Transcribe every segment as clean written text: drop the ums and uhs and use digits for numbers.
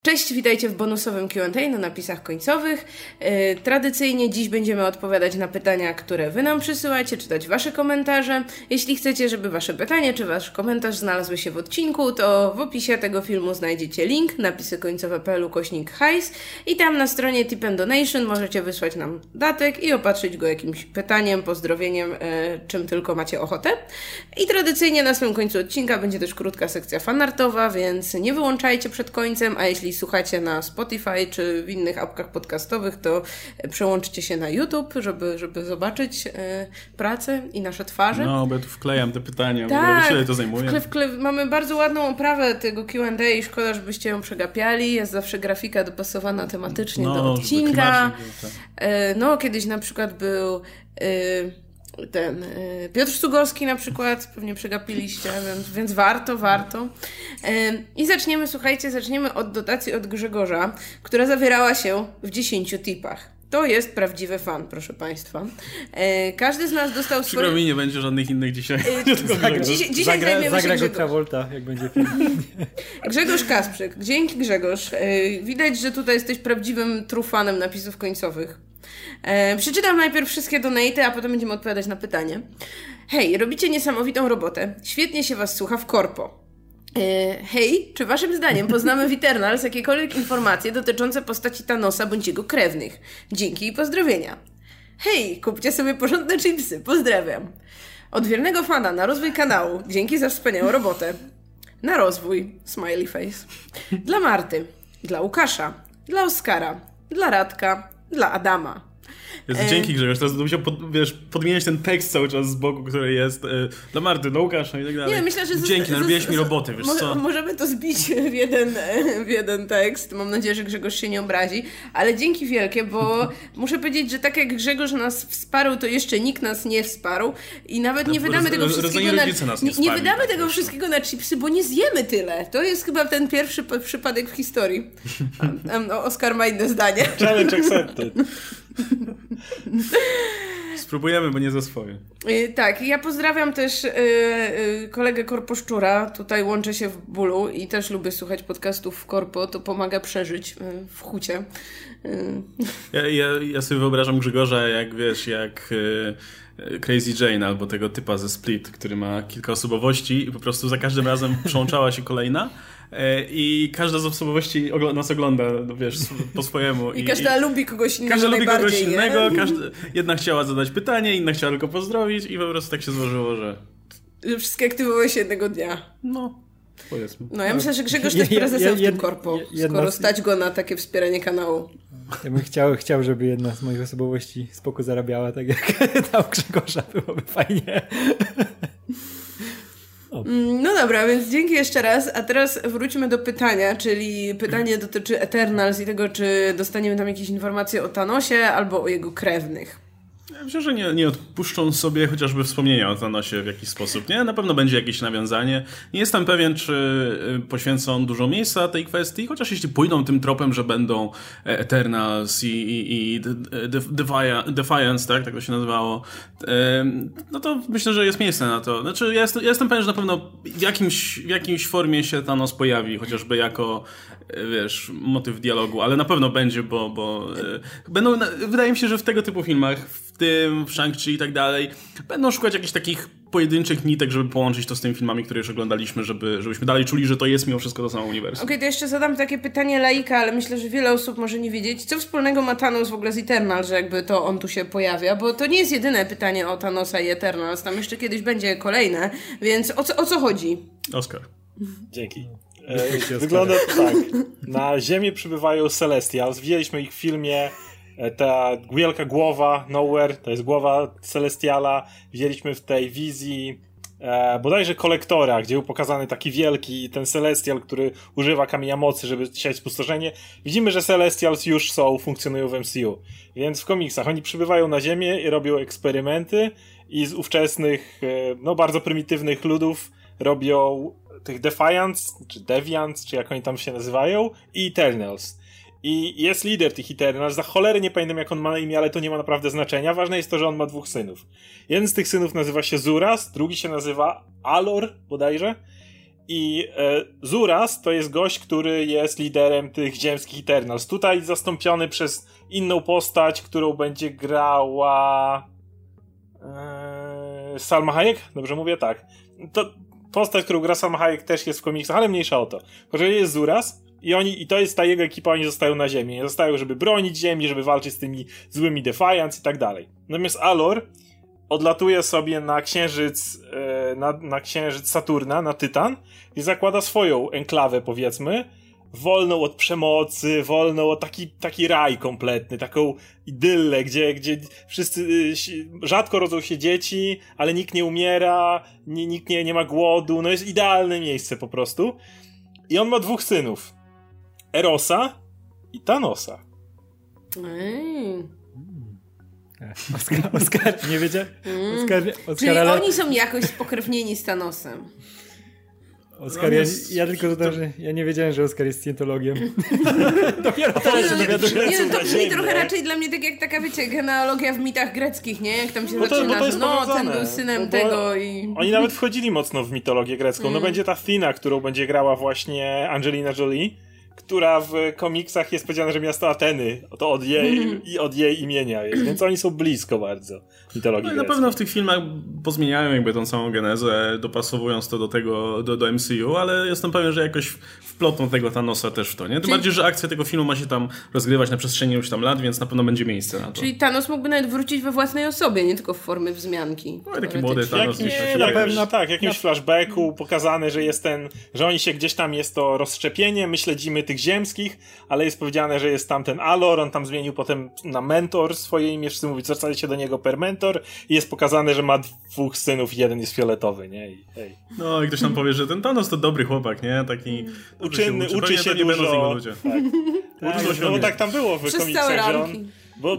Cześć, witajcie w bonusowym Q&A na napisach końcowych. Tradycyjnie dziś będziemy odpowiadać na pytania, które wy nam przysyłacie, czytać wasze komentarze. Jeśli chcecie, żeby wasze pytanie czy wasz komentarz znalazły się w odcinku, to w opisie tego filmu znajdziecie link napisykońcowe.pl/hajs i tam na stronie Tip and Donation możecie wysłać nam datek i opatrzyć go jakimś pytaniem, pozdrowieniem, czym tylko macie ochotę. I tradycyjnie na samym końcu odcinka będzie też krótka sekcja fanartowa, więc nie wyłączajcie przed końcem, a jeśli słuchacie na Spotify czy w innych apkach podcastowych, to przełączcie się na YouTube, żeby zobaczyć pracę i nasze twarze. No, bo ja tu wklejam te pytania, tak, bo ile to zajmuje. Mamy bardzo ładną oprawę tego Q&A i szkoda, żebyście ją przegapiali. Jest zawsze grafika dopasowana tematycznie do odcinka. No, kiedyś na przykład był... Piotr Stugowski na przykład, pewnie przegapiliście, więc warto. I zaczniemy od dotacji od Grzegorza, która zawierała się w 10 tipach. To jest prawdziwy fan, proszę Państwa. Każdy z nas dostał swoje... Przykro mi, nie będzie żadnych innych dzisiaj. Dzisiaj zajmiemy się Grzegorz Travolta, jak będzie film. Grzegorz Kasprzyk. Dzięki, Grzegorz. Widać, że tutaj jesteś prawdziwym trufanem napisów końcowych. Przeczytam najpierw wszystkie donaty, a potem będziemy odpowiadać na pytanie. Hej, robicie niesamowitą robotę. Świetnie się was słucha w korpo. Hej, czy waszym zdaniem poznamy w Eternals jakiekolwiek informacje dotyczące postaci Thanosa bądź jego krewnych? Dzięki i pozdrowienia. Hej, kupcie sobie porządne chipsy. Pozdrawiam. Od wiernego fana na rozwój kanału. Dzięki za wspaniałą robotę. Na rozwój. Smiley face. Dla Marty. Dla Łukasza. Dla Oskara. Dla Radka. Dla Adama. Dzięki, Grzegorz, teraz musiał podmieniać ten tekst cały czas z boku, który jest dla Marty, dla Łukasza i tak dalej. Nie, myślę, że dzięki, narobiłeś mi roboty, wiesz co? Możemy to zbić w jeden tekst. Mam nadzieję, że Grzegorz się nie obrazi, ale dzięki wielkie, bo muszę powiedzieć, że tak jak Grzegorz nas wsparł, to jeszcze nikt nas nie wsparł i nawet nie wydamy tego wszystkiego nie wydamy tego wszystkiego na chipsy, bo nie zjemy tyle. To jest chyba ten pierwszy przypadek w historii. Oskar ma inne zdanie. Challenge accepted. Spróbujemy, bo nie za swoje. Tak, ja pozdrawiam też kolegę Korposzczura. Tutaj łączę się w bólu i też lubię słuchać podcastów w korpo. To pomaga przeżyć w hucie. Ja sobie wyobrażam Grzegorza jak Crazy Jane albo tego typa ze Split, który ma kilka osobowości i po prostu za każdym razem przełączała się kolejna. I każda z osobowości nas ogląda, wiesz, po swojemu. I każda lubi kogoś innego. Każda lubi kogoś innego, jedna chciała zadać pytanie, inna chciała tylko pozdrowić i po prostu tak się złożyło, że wszystkie aktywowały się jednego dnia. No, powiedzmy. No ja myślę, że Grzegorz też prezesem w tym korpo, skoro stać go na takie wspieranie kanału. Ja bym chciał, żeby jedna z moich osobowości spoko zarabiała, tak jak tam Grzegorza, byłoby fajnie. No dobra, więc dzięki jeszcze raz, a teraz wróćmy do pytania, czyli pytanie dotyczy Eternals i tego, czy dostaniemy tam jakieś informacje o Thanosie albo o jego krewnych. Ja myślę, że nie odpuszczą sobie chociażby wspomnienia o Thanosie w jakiś sposób, nie? Na pewno będzie jakieś nawiązanie. Nie jestem pewien, czy poświęcą dużo miejsca tej kwestii, chociaż jeśli pójdą tym tropem, że będą Eternals i Defiance, tak to się nazywało, no to myślę, że jest miejsce na to. Znaczy, ja jestem pewien, że na pewno w jakimś formie się Thanos pojawi, chociażby jako, wiesz, motyw dialogu, ale na pewno będzie, bo będą, wydaje mi się, że w tego typu filmach, w tym, w Shang-Chi i tak dalej, będą szukać jakichś takich pojedynczych nitek, żeby połączyć to z tymi filmami, które już oglądaliśmy, żebyśmy dalej czuli, że to jest mimo wszystko to samo uniwersum. Okej, to jeszcze zadam takie pytanie laika, ale myślę, że wiele osób może nie wiedzieć. Co wspólnego ma Thanos w ogóle z Eternals, że jakby to on tu się pojawia? Bo to nie jest jedyne pytanie o Thanosa i Eternals. Tam jeszcze kiedyś będzie kolejne, więc o co chodzi? Oskar. Dzięki. Wygląda to tak. Na Ziemi przybywają Celestials. Widzieliśmy ich w filmie. Ta wielka głowa Nowhere, to jest głowa Celestiala. Widzieliśmy w tej wizji bodajże Kolektora, gdzie był pokazany taki wielki ten Celestial, który używa kamienia mocy, żeby siać spustoszenie. Widzimy, że Celestials już funkcjonują w MCU. Więc w komiksach oni przybywają na Ziemię i robią eksperymenty i z ówczesnych, bardzo prymitywnych ludów robią tych Defiants, czy Deviants, czy jak oni tam się nazywają, i Eternals. I jest lider tych Eternals, za cholery nie pamiętam jak on ma na imię, ale to nie ma naprawdę znaczenia. Ważne jest to, że on ma 2 synów. Jeden z tych synów nazywa się Zuras, drugi się nazywa Alor bodajże. I Zuras to jest gość, który jest liderem tych ziemskich Eternals. Tutaj zastąpiony przez inną postać, którą będzie grała Salma Hayek? Dobrze mówię? Tak. To postać, którą gra Salma Hayek, też jest w komiksach, ale mniejsza o to. Że jest Zuras i to jest ta jego ekipa, oni zostają na Ziemi. Nie zostają, żeby bronić Ziemi, żeby walczyć z tymi złymi Defiance i tak dalej. Natomiast Alor odlatuje sobie na księżyc na księżyc Saturna, na Tytan i zakłada swoją enklawę, powiedzmy, wolną od przemocy, wolną od taki raj kompletny, taką idyllę, gdzie wszyscy, rzadko rodzą się dzieci, ale nikt nie umiera, nikt nie ma głodu, no jest idealne miejsce po prostu. I on ma 2 synów. Erosa i Thanosa. Oskar, nie wiecie? Oskar, czyli oni są jakoś spokrewnieni z Thanosem. Oskar, ja tylko dodam, że ja nie wiedziałem, że Oskar jest scientologiem. Dopiero teraz się dowiaduję. To brzmi trochę raczej dla mnie tak jak taka, wiecie, genealogia w mitach greckich, nie? Jak tam się zaczyna, że ten był synem tego i... Oni nawet wchodzili mocno w mitologię grecką. No będzie ta Thina, którą będzie grała właśnie Angelina Jolie, która w komiksach jest powiedziane, że miasto Ateny, to od jej imienia jest, więc oni są blisko bardzo mitologii greckiej. Na pewno w tych filmach pozmieniają jakby tą całą genezę, dopasowując to do MCU, ale jestem pewien, że jakoś wplotą tego Thanosa też w to, nie? Tym bardziej, że akcja tego filmu ma się tam rozgrywać na przestrzeni już tam lat, więc na pewno będzie miejsce na to. Czyli Thanos mógłby nawet wrócić we własnej osobie, nie tylko w formie wzmianki. No, taki młody Thanos. Jakimś flashbacku pokazane, że jest że oni się gdzieś tam, jest to rozszczepienie, my śledzimy tych ziemskich, ale jest powiedziane, że jest tam ten Alor, on tam zmienił potem na mentor swoje imię, wszyscy mówią, zwracali się do niego per mentor i jest pokazane, że ma 2 synów, jeden jest fioletowy, nie? No i ktoś tam powie, że ten Thanos to dobry chłopak, nie? Taki uczynny, uczy się dużo. Będą z niego ludzie. No tak tam było w komiksach, że on... Bo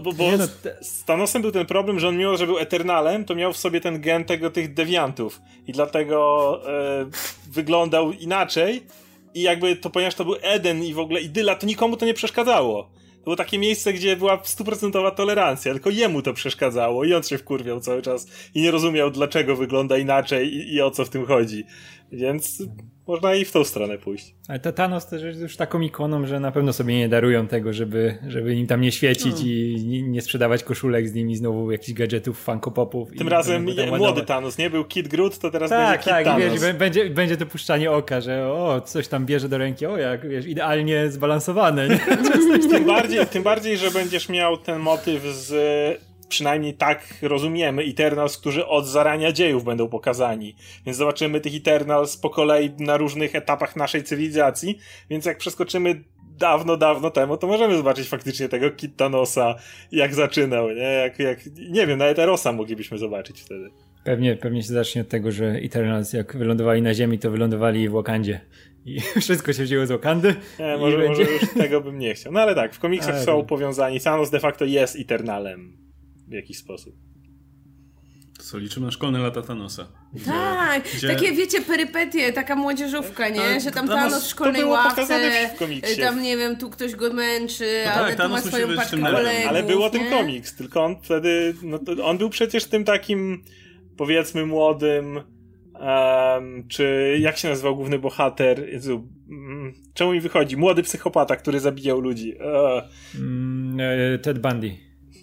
z Thanosem był ten problem, że on mimo, że był Eternalem, to miał w sobie ten gen tych dewiantów i dlatego wyglądał inaczej i jakby to, ponieważ to był Eden i w ogóle idyla, to nikomu to nie przeszkadzało. To było takie miejsce, gdzie była 100% tolerancja, tylko jemu to przeszkadzało i on się wkurwiał cały czas i nie rozumiał, dlaczego wygląda inaczej i o co w tym chodzi. Więc można i w tą stronę pójść. Ale to Thanos też jest już taką ikoną, że na pewno sobie nie darują tego, żeby im tam nie świecić i nie sprzedawać koszulek z nimi znowu jakichś gadżetów, Funko Popów. Tym razem młody Thanos, nie? Był Kid Groot, to teraz będzie Kid Thanos. Wiesz, będzie to puszczanie oka, że coś tam bierze do ręki, jak wiesz, idealnie zbalansowane. Nie? Tym bardziej, że będziesz miał ten motyw przynajmniej tak rozumiemy, Eternals, którzy od zarania dziejów będą pokazani. Więc zobaczymy tych Eternals po kolei na różnych etapach naszej cywilizacji. Więc jak przeskoczymy dawno temu, to możemy zobaczyć faktycznie tego Kid Thanosa, jak zaczynał, nie? Nie wiem, nawet Erosa moglibyśmy zobaczyć wtedy. Pewnie się zacznie od tego, że Eternals jak wylądowali na Ziemi, to wylądowali w Wakandzie. I wszystko się wzięło z Wakandy. Może już tego bym nie chciał. No ale tak, w komiksach są powiązani. Thanos de facto jest Eternalem. W jakiś sposób. To co, liczymy na szkolne lata Thanosa. Tak, takie wiecie, perypetie, taka młodzieżówka, nie? Że tam Thanos w szkolnej ławce, tam nie wiem, tu ktoś go męczy, ale tu ma swoją paczkę kolegów. Ale było ten komiks, tylko on wtedy, on był przecież tym takim, powiedzmy, młodym, czy jak się nazywał główny bohater? Jezu, czemu mi wychodzi? Młody psychopata, który zabijał ludzi. Ted Bundy.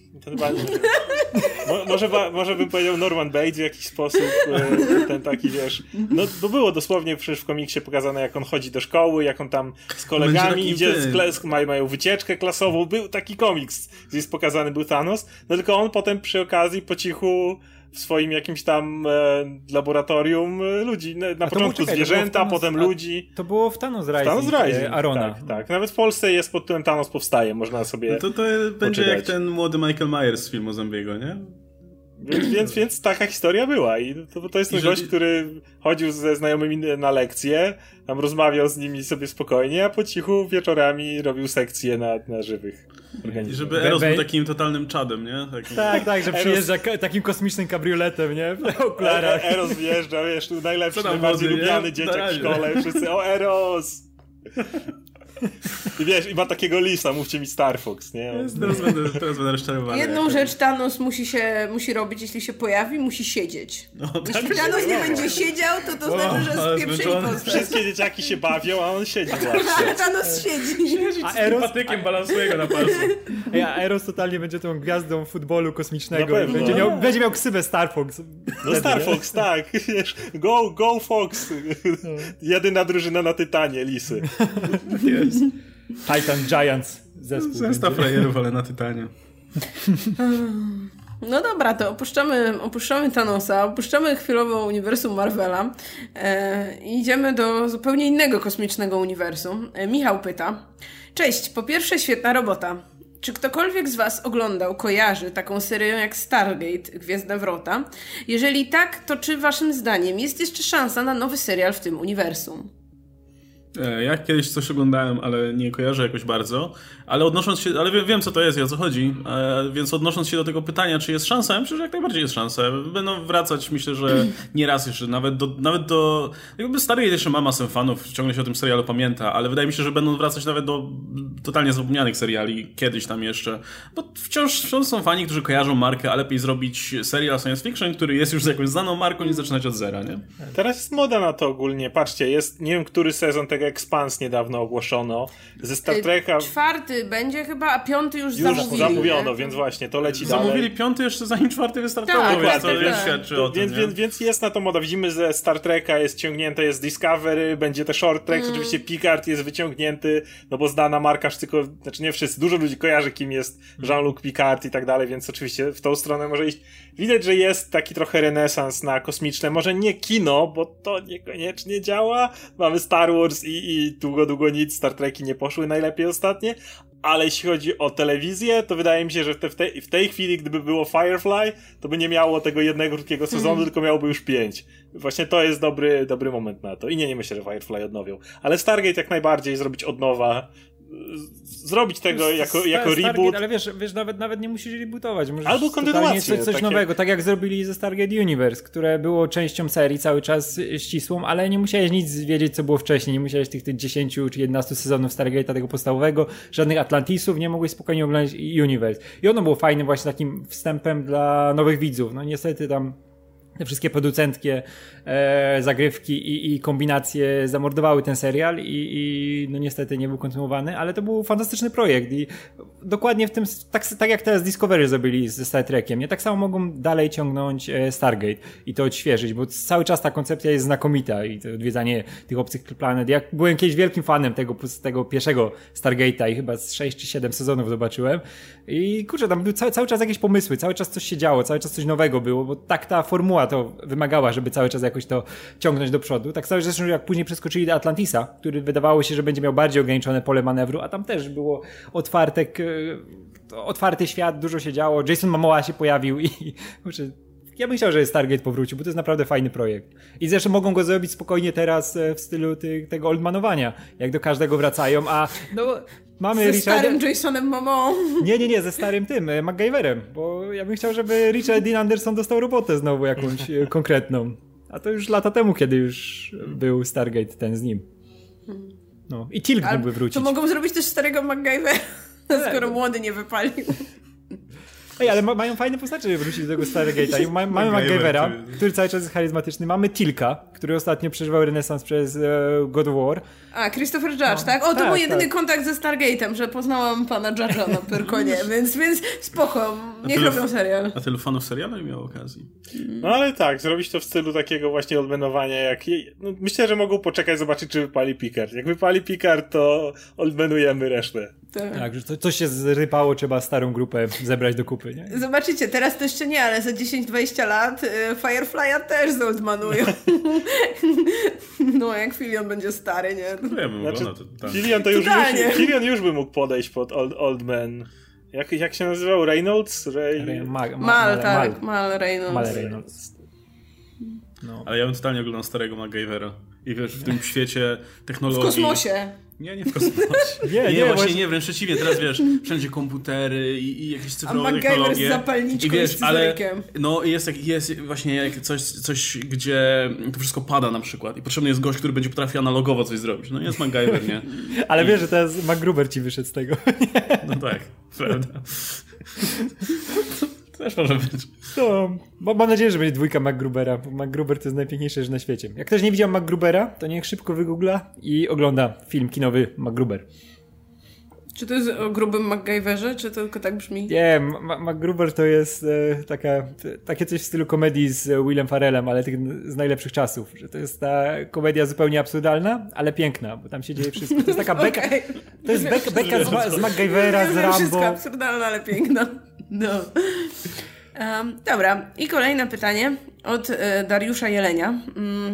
Może bym powiedział Norman Bates w jakiś sposób, ten taki, wiesz, no bo było dosłownie przecież w komiksie pokazane, jak on chodzi do szkoły, jak on tam z kolegami idzie, mają wycieczkę klasową, był taki komiks, gdzie jest pokazany był Thanos, no tylko on potem przy okazji po cichu w swoim jakimś tam laboratorium ludzi, na początku zwierzęta, potem ludzi. To było w Thanos Rising Arona. Tak. Nawet w Polsce jest pod tytułem Thanos powstaje, można sobie to będzie jak ten młody Michael Myers z filmu Zombiego, nie? Więc taka historia była i to jest ten gość, który chodził ze znajomymi na lekcje, tam rozmawiał z nimi sobie spokojnie, a po cichu wieczorami robił sekcje na żywych organizmach. I żeby Eros był takim totalnym czadem, nie? Tak, że przyjeżdża takim kosmicznym kabrioletem, nie? W okularach. Eros wjeżdża, wiesz, tu najlepszy, najbardziej lubiany dzieciak w szkole, wszyscy, o Eros! I wiesz, i ma takiego lisa, mówcie mi Star Fox, nie? Teraz będę rozczarowany. Jedną rzecz Thanos musi robić, jeśli się pojawi, musi siedzieć. Jeśli Thanos nie będzie siedział, to znaczy, że spieprzyli postać. Wszystkie dzieciaki się bawią, a on siedzi właśnie. Thanos siedzi. A Eros patykiem balansuje go na palcu. A Eros totalnie będzie tą gwiazdą futbolu kosmicznego. Będzie miał ksywę Star Fox. No Star Fox, tak. Go Fox. Jedyna drużyna na Tytanie, lisy. Jest. Titan Giants zespół. Zestaw frajerów, ale na Tytanie. No dobra, to opuszczamy Thanosa, opuszczamy chwilowo uniwersum Marvela i idziemy do zupełnie innego kosmicznego uniwersum. Michał pyta: cześć, po pierwsze świetna robota. Czy ktokolwiek z was oglądał, kojarzy taką serię jak Stargate, Gwiezdne Wrota? Jeżeli tak, to czy waszym zdaniem jest jeszcze szansa na nowy serial w tym uniwersum? Ja kiedyś coś oglądałem, ale nie kojarzę jakoś bardzo, ale wiem co to jest i o co chodzi, więc odnosząc się do tego pytania, czy jest szansa, ja myślę, że jak najbardziej jest szansa. Będą wracać, myślę, że nie raz jeszcze, nawet do jakby Stargate jeszcze ma masę fanów, ciągle się o tym serialu pamięta, ale wydaje mi się, że będą wracać nawet do totalnie zapomnianych seriali, kiedyś tam jeszcze, bo wciąż są fani, którzy kojarzą markę, a lepiej zrobić serial science fiction, który jest już z jakąś znaną marką, niż zaczynać od zera, nie? Teraz jest moda na to ogólnie, patrzcie, jest, nie wiem, który sezon tego Expanse niedawno ogłoszono, ze Star Treka... 4 będzie chyba, a 5 już zamówili. Zamówiono, więc właśnie, to leci dalej. Zamówili 5 jeszcze zanim 4 wystartował, tak, świadczy o tym, więc jest na to moda. Widzimy, że Star Treka jest ciągnięte, jest Discovery, będzie te Short Treks, oczywiście Picard jest wyciągnięty, no bo znana marka, tylko, znaczy nie wszyscy, dużo ludzi kojarzy, kim jest Jean-Luc Picard i tak dalej, więc oczywiście w tą stronę może iść. Widać, że jest taki trochę renesans na kosmiczne, może nie kino, bo to niekoniecznie działa. Mamy Star Wars i długo nic, Star Treki nie poszły najlepiej ostatnie, ale jeśli chodzi o telewizję, to wydaje mi się, że w tej chwili, gdyby było Firefly, to by nie miało tego jednego krótkiego sezonu, tylko miałoby już 5. Właśnie to jest dobry moment na to. I nie myślę, że Firefly odnowią. Ale Stargate jak najbardziej zrobić od nowa, zrobić tego jako reboot. Ale wiesz nawet nie musisz rebootować. Możesz albo kontynuację. Coś nowego, tak jak zrobili ze Stargate Universe, które było częścią serii cały czas ścisłą, ale nie musiałeś nic wiedzieć, co było wcześniej. Nie musiałeś tych 10 czy 11 sezonów Stargate'a tego podstawowego, żadnych Atlantisów, nie mogłeś spokojnie oglądać Universe. I ono było fajnym właśnie takim wstępem dla nowych widzów. No niestety tam te wszystkie producentkie zagrywki i kombinacje zamordowały ten serial i no niestety nie był kontynuowany, ale to był fantastyczny projekt i dokładnie w tym, tak jak teraz Discovery zrobili ze Star Trekiem, nie? Tak samo mogą dalej ciągnąć Stargate i to odświeżyć, bo cały czas ta koncepcja jest znakomita i to odwiedzanie tych obcych planet. Ja byłem kiedyś wielkim fanem tego pierwszego Stargate'a i chyba z 6 czy 7 sezonów zobaczyłem i kurczę, tam były cały czas jakieś pomysły, cały czas coś się działo, cały czas coś nowego było, bo tak ta formuła to wymagała, żeby cały czas jakoś to ciągnąć do przodu. Tak samo zresztą jak później przeskoczyli do Atlantisa, który wydawało się, że będzie miał bardziej ograniczone pole manewru, a tam też było otwarty świat, dużo się działo, Jason Momoa się pojawił i kurczę, ja bym chciał, żeby Stargate powrócił, bo to jest naprawdę fajny projekt. I zresztą mogą go zrobić spokojnie teraz w stylu tego oldmanowania, jak do każdego wracają, a no... Mamy ze starym Jasonem Momoa. Nie, ze starym MacGyverem, bo ja bym chciał, żeby Richard Dean Anderson dostał robotę znowu jakąś konkretną. A to już lata temu, kiedy już był Stargate ten z nim. No i Tilk mógłby wrócić. To mogą zrobić też starego MacGyvera, skoro młody nie wypalił. Ej, ale mają fajne postacie, żeby wrócić do tego Stargate'a. Mamy MacGyvera, który cały czas jest charyzmatyczny. Mamy Tilka, który ostatnio przeżywał renesans przez God of War. A, Christopher Judge, tak? O, to był jedyny kontakt ze Stargate'em, że poznałam pana Judge'a na Pyrkonie, więc spoko, niech robią serial. A tylu fanów serialu nie miał okazji. No ale tak, zrobić to w stylu takiego właśnie odmenowania, no, myślę, że mogą poczekać, zobaczyć, czy wypali Picard. Jak wypali Picard, to odmenujemy resztę. Tak, że coś się zrypało, trzeba starą grupę zebrać do kupy, nie? Zobaczycie, teraz to jeszcze nie, ale za 10-20 lat Firefly'a też zoldmanują. No, jak Filion będzie stary, nie? No, ja bym Filion już by mógł podejść pod Old Man. Jak się nazywał? Reynolds? Mal Reynolds. No. Ale ja bym totalnie oglądał starego MacGyvera. I wiesz, w tym świecie technologii... W kosmosie. Nie w kosmosie. Nie, właśnie nie, wręcz przeciwnie. Teraz wiesz, wszędzie komputery i jakieś cyfrowe technologie. Z zapalniczką i z scyzorykiem. No jest właśnie coś, gdzie to wszystko pada na przykład i potrzebny jest gość, który będzie potrafił analogowo coś zrobić. No jest MacGyver, nie? Ale wiesz, że teraz MacGruber ci wyszedł z tego. No tak, prawda. Też może być. No, mam nadzieję, że będzie dwójka MacGrubera, bo MacGruber to jest najpiękniejsze rzecz na świecie. Jak ktoś nie widział MacGrubera, to niech szybko wygoogla i ogląda film kinowy MacGruber. Czy to jest o grubym MacGyverze, czy to tylko tak brzmi? Nie, MacGruber to jest takie coś w stylu komedii z Willem Ferrellem, ale tych z najlepszych czasów. Że to jest ta komedia zupełnie absurdalna, ale piękna, bo tam się dzieje wszystko. To jest taka beka, to jest beka z MacGyvera, z Rambo. Wszystko absurdalne, ale piękna. No. Dobra, i kolejne pytanie od Dariusza Jelenia.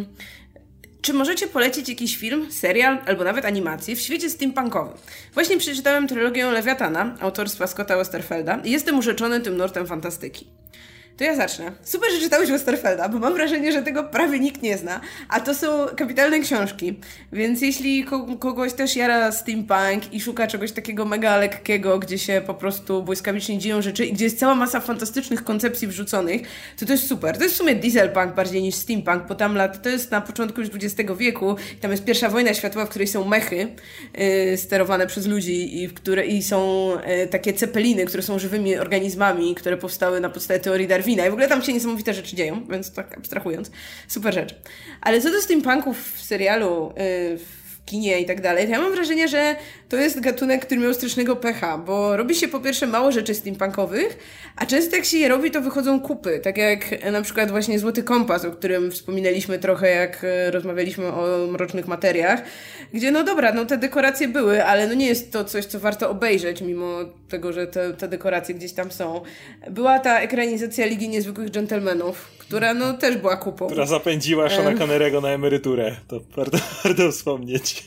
Czy możecie polecić jakiś film, serial albo nawet animację w świecie steampunkowym? Właśnie przeczytałem trylogię Lewiatana autorstwa Scotta Westerfelda i jestem urzeczony tym nurtem fantastyki. To ja zacznę. Super, że czytałeś Westerfelda, bo mam wrażenie, że tego prawie nikt nie zna. A to są kapitalne książki. Więc jeśli kogoś też jara steampunk i szuka czegoś takiego mega lekkiego, gdzie się po prostu błyskawicznie dzieją rzeczy i gdzie jest cała masa fantastycznych koncepcji wrzuconych, to jest super. To jest w sumie dieselpunk bardziej niż steampunk, bo tam to jest na początku już XX wieku. Tam jest pierwsza wojna światowa, w której są mechy sterowane przez ludzi i są takie cepeliny, które są żywymi organizmami, które powstały na podstawie teorii Darwina. I w ogóle tam się niesamowite rzeczy dzieją, więc tak abstrahując, super rzecz. Ale co do steampunków w serialu, w kinie i tak dalej, to ja mam wrażenie, że to jest gatunek, który miał strasznego pecha, bo robi się po pierwsze mało rzeczy steampunkowych, a często jak się je robi, to wychodzą kupy, tak jak na przykład właśnie Złoty Kompas, o którym wspominaliśmy trochę, jak rozmawialiśmy o Mrocznych Materiach, gdzie no dobra, no te dekoracje były, ale no nie jest to coś, co warto obejrzeć, mimo tego, że te dekoracje gdzieś tam są. Była ta ekranizacja Ligi Niezwykłych Dżentelmenów, która no też była kupą. Która zapędziła Seana Connerego na emeryturę, to warto wspomnieć.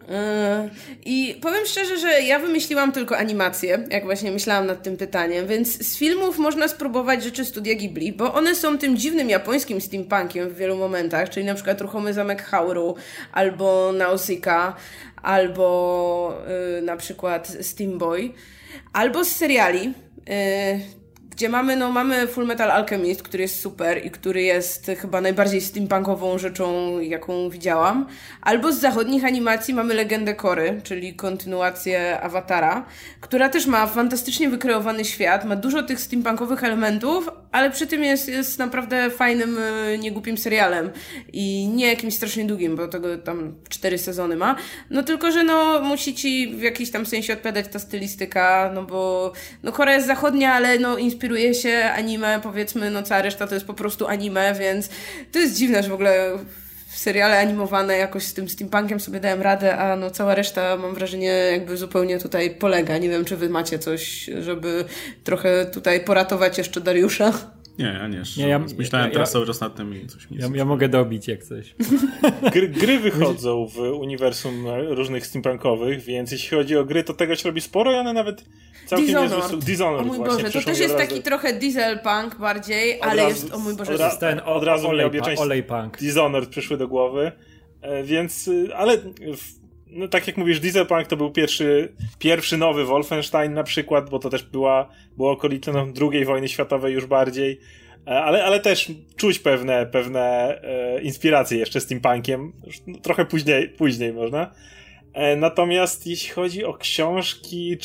I powiem szczerze, że ja wymyśliłam tylko animację, jak właśnie myślałam nad tym pytaniem, więc z filmów można spróbować rzeczy Studia Ghibli, bo one są tym dziwnym japońskim steampunkiem w wielu momentach, czyli na przykład Ruchomy Zamek Hauru, albo Nausicaa, albo na przykład Steam Boy, albo z seriali, gdzie mamy Full Metal Alchemist, który jest super i który jest chyba najbardziej steampunkową rzeczą, jaką widziałam. Albo z zachodnich animacji mamy Legendę Korry, czyli kontynuację Awatara, która też ma fantastycznie wykreowany świat, ma dużo tych steampunkowych elementów, ale przy tym jest naprawdę fajnym, niegłupim serialem i nie jakimś strasznie długim, bo tego tam 4 sezony ma. No tylko, że no musi ci w jakiś tam sensie odpowiadać ta stylistyka, no bo no Korea jest zachodnia, ale no inspiruje się anime, powiedzmy, no cała reszta to jest po prostu anime, więc to jest dziwne, że w ogóle seriale animowane jakoś z tym steampunkiem sobie dałem radę, a no cała reszta mam wrażenie jakby zupełnie tutaj polega. Nie wiem, czy wy macie coś, żeby trochę tutaj poratować jeszcze Dariusza? Nie, ja nie. Myślałem teraz cały czas nad tym i coś mi ja mogę dobić jak coś. Gry wychodzą w uniwersum różnych steampunkowych, więc jeśli chodzi o gry, to tego się robi sporo i one nawet całkiem niezłe są. Dishonored. O mój Boże, to też jest taki trochę dieselpunk bardziej, ale jest, o mój Boże, jest ten od razu mi obie części Dishonored przyszły do głowy, więc, ale no tak jak mówisz, Dieselpunk to był pierwszy nowy Wolfenstein na przykład, bo to też było okolice II wojny światowej już bardziej, ale też czuć pewne inspiracje jeszcze steampunkiem, trochę później można. Natomiast jeśli chodzi o książki,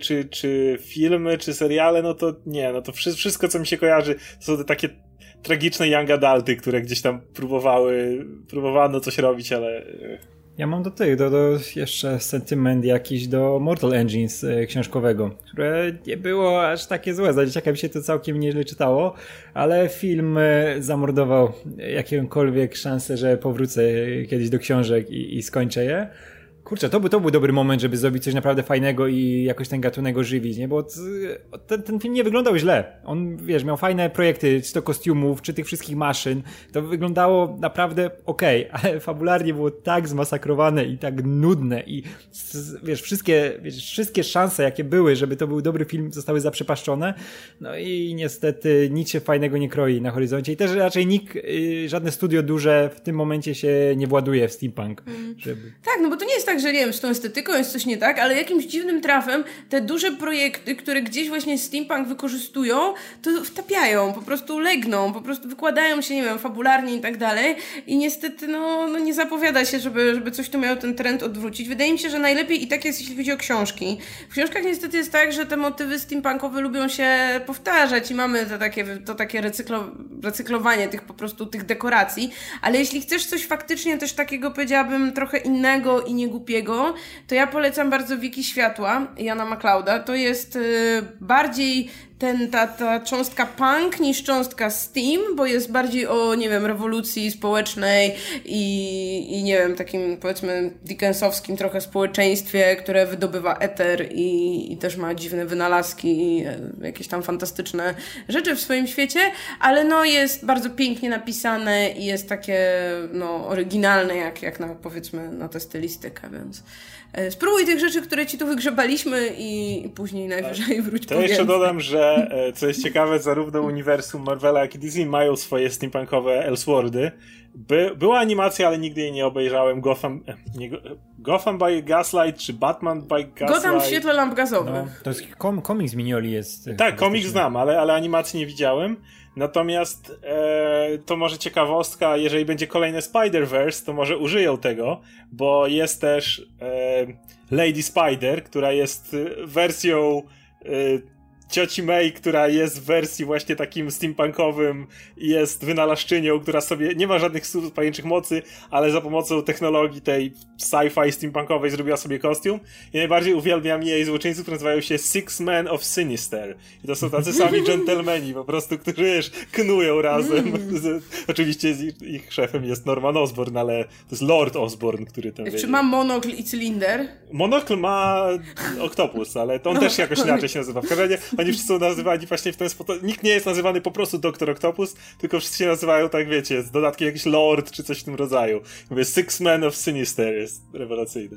czy filmy, czy seriale, no to nie, no to wszystko co mi się kojarzy to są te takie tragiczne young adulty, które gdzieś tam próbowano coś robić, ale... Ja mam do jeszcze sentyment jakiś do Mortal Engines książkowego, które nie było aż takie złe. Za dzieciaka mi się to całkiem nieźle czytało, ale film zamordował jakąkolwiek szansę, że powrócę kiedyś do książek i skończę je. Kurczę, to był dobry moment, żeby zrobić coś naprawdę fajnego i jakoś ten gatunek ożywić, nie? Bo ten film nie wyglądał źle. On, wiesz, miał fajne projekty, czy to kostiumów, czy tych wszystkich maszyn. To wyglądało naprawdę okej, ale fabularnie było tak zmasakrowane i tak nudne i wiesz, wszystkie szanse, jakie były, żeby to był dobry film, zostały zaprzepaszczone. No i niestety nic się fajnego nie kroi na horyzoncie i też raczej żadne studio duże w tym momencie się nie właduje w steampunk. Tak, no bo to nie jest tak, że nie wiem, z tą estetyką jest coś nie tak, ale jakimś dziwnym trafem te duże projekty, które gdzieś właśnie steampunk wykorzystują, to wtapiają, po prostu legną, po prostu wykładają się, nie wiem, fabularnie i tak dalej i niestety no nie zapowiada się, żeby coś tu miało ten trend odwrócić. Wydaje mi się, że najlepiej i tak jest, jeśli chodzi o książki. W książkach niestety jest tak, że te motywy steampunkowe lubią się powtarzać i mamy to takie recyklowanie tych po prostu tych dekoracji, ale jeśli chcesz coś faktycznie też takiego, powiedziałabym, trochę innego i niegłupiego, to ja polecam bardzo Wiki Światła Jana MacLeoda. To jest bardziej ta cząstka punk niż cząstka steam, bo jest bardziej o, nie wiem, rewolucji społecznej i nie wiem, takim powiedzmy dickensowskim trochę społeczeństwie, które wydobywa eter i też ma dziwne wynalazki i jakieś tam fantastyczne rzeczy w swoim świecie, ale no jest bardzo pięknie napisane i jest takie no oryginalne jak na, powiedzmy, na tę stylistykę, więc spróbuj tych rzeczy, które ci tu wygrzebaliśmy i później najwyżej wróć po To jeszcze dodam, że co jest ciekawe, zarówno uniwersum Marvela, jak i Disney mają swoje steampunkowe Elseworldy. Była animacja, ale nigdy jej nie obejrzałem. Gotham by Gaslight, czy Batman by Gaslight? Gotham w świetle lamp gazowych. No, to jest komiks Minioli jest. Tak, komiks znam, ale animacji nie widziałem. Natomiast to może ciekawostka, jeżeli będzie kolejne Spider-Verse, to może użyją tego, bo jest też Lady Spider, która jest wersją cioci May, która jest w wersji właśnie takim steampunkowym i jest wynalazczynią, która sobie nie ma żadnych pajęczych mocy, ale za pomocą technologii tej sci-fi steampunkowej zrobiła sobie kostium. I najbardziej uwielbiam jej złoczyńców, którzy nazywają się Six Men of Sinister. I to są tacy sami dżentelmeni po prostu, którzy wiesz, knują razem. Oczywiście ich szefem jest Norman Osborn, ale to jest Lord Osborn, który tam... Czy ma monokl i cylinder? Monokl ma Octopus, ale to on też jakoś inaczej się nazywa. W każdym razie oni wszyscy są nazywani właśnie w ten sposób. Nikt nie jest nazywany po prostu Dr. Octopus, tylko wszyscy się nazywają tak, wiecie, z dodatkiem jakiś Lord czy coś w tym rodzaju. Mówię, Six Men of Sinister jest rewelacyjny.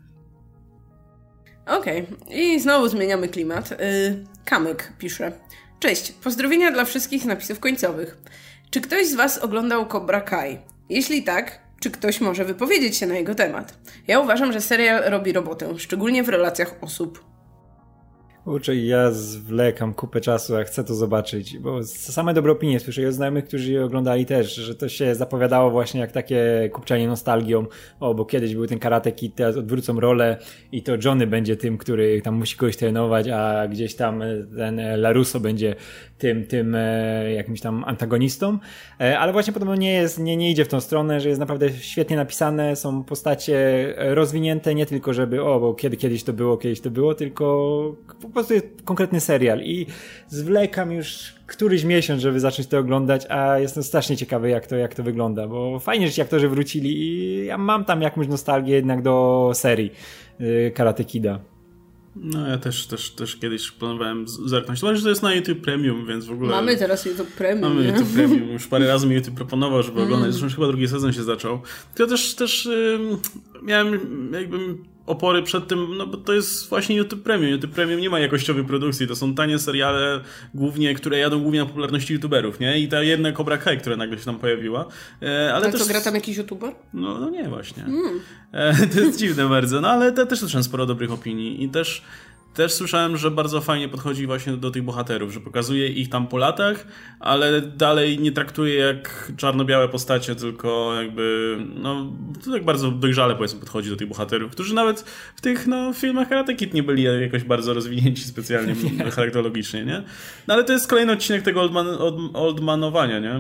Okej. I znowu zmieniamy klimat. Kamyk pisze. Cześć, pozdrowienia dla wszystkich z napisów końcowych. Czy ktoś z was oglądał Cobra Kai? Jeśli tak, czy ktoś może wypowiedzieć się na jego temat? Ja uważam, że serial robi robotę, szczególnie w relacjach osób. Kurczę, ja zwlekam kupę czasu, jak chcę to zobaczyć, bo same dobre opinie słyszę i od znajomych, którzy je oglądali też, że to się zapowiadało właśnie jak takie kupczenie nostalgią, bo kiedyś był ten Karate Kid, teraz odwrócą rolę i to Johnny będzie tym, który tam musi kogoś trenować, a gdzieś tam ten LaRusso będzie tym jakimś tam antagonistą, ale właśnie podobno nie idzie w tą stronę, że jest naprawdę świetnie napisane, są postacie rozwinięte, nie tylko żeby bo kiedyś to było, tylko po prostu jest konkretny serial i zwlekam już któryś miesiąc, żeby zacząć to oglądać, a jestem strasznie ciekawy jak to wygląda, bo fajnie, że ci aktorzy wrócili i ja mam tam jakąś nostalgię jednak do serii Karate Kida. No ja też kiedyś planowałem zerknąć. To jest na YouTube Premium, więc w ogóle... Mamy teraz YouTube Premium. Mamy YouTube Premium. Już parę razy mi YouTube proponował, żeby oglądać. Zresztą chyba drugi sezon się zaczął. To też miałem jakby opory przed tym, no bo to jest właśnie YouTube Premium. YouTube Premium nie ma jakościowej produkcji. To są tanie seriale które jadą głównie na popularności YouTuberów, nie? I ta jedna Cobra Kai, która nagle się tam pojawiła. Ale też... co, gra tam jakiś YouTuber? No nie, właśnie. To jest dziwne bardzo. No ale też słyszałem sporo dobrych opinii i też słyszałem, że bardzo fajnie podchodzi właśnie do tych bohaterów, że pokazuje ich tam po latach, ale dalej nie traktuje jak czarno-białe postacie, tylko jakby, no, to tak bardzo dojrzale powiedzmy podchodzi do tych bohaterów, którzy nawet w tych, filmach Karate Kid nie byli jakoś bardzo rozwinięci specjalnie charakterologicznie, nie? No ale to jest kolejny odcinek tego oldmanowania, nie?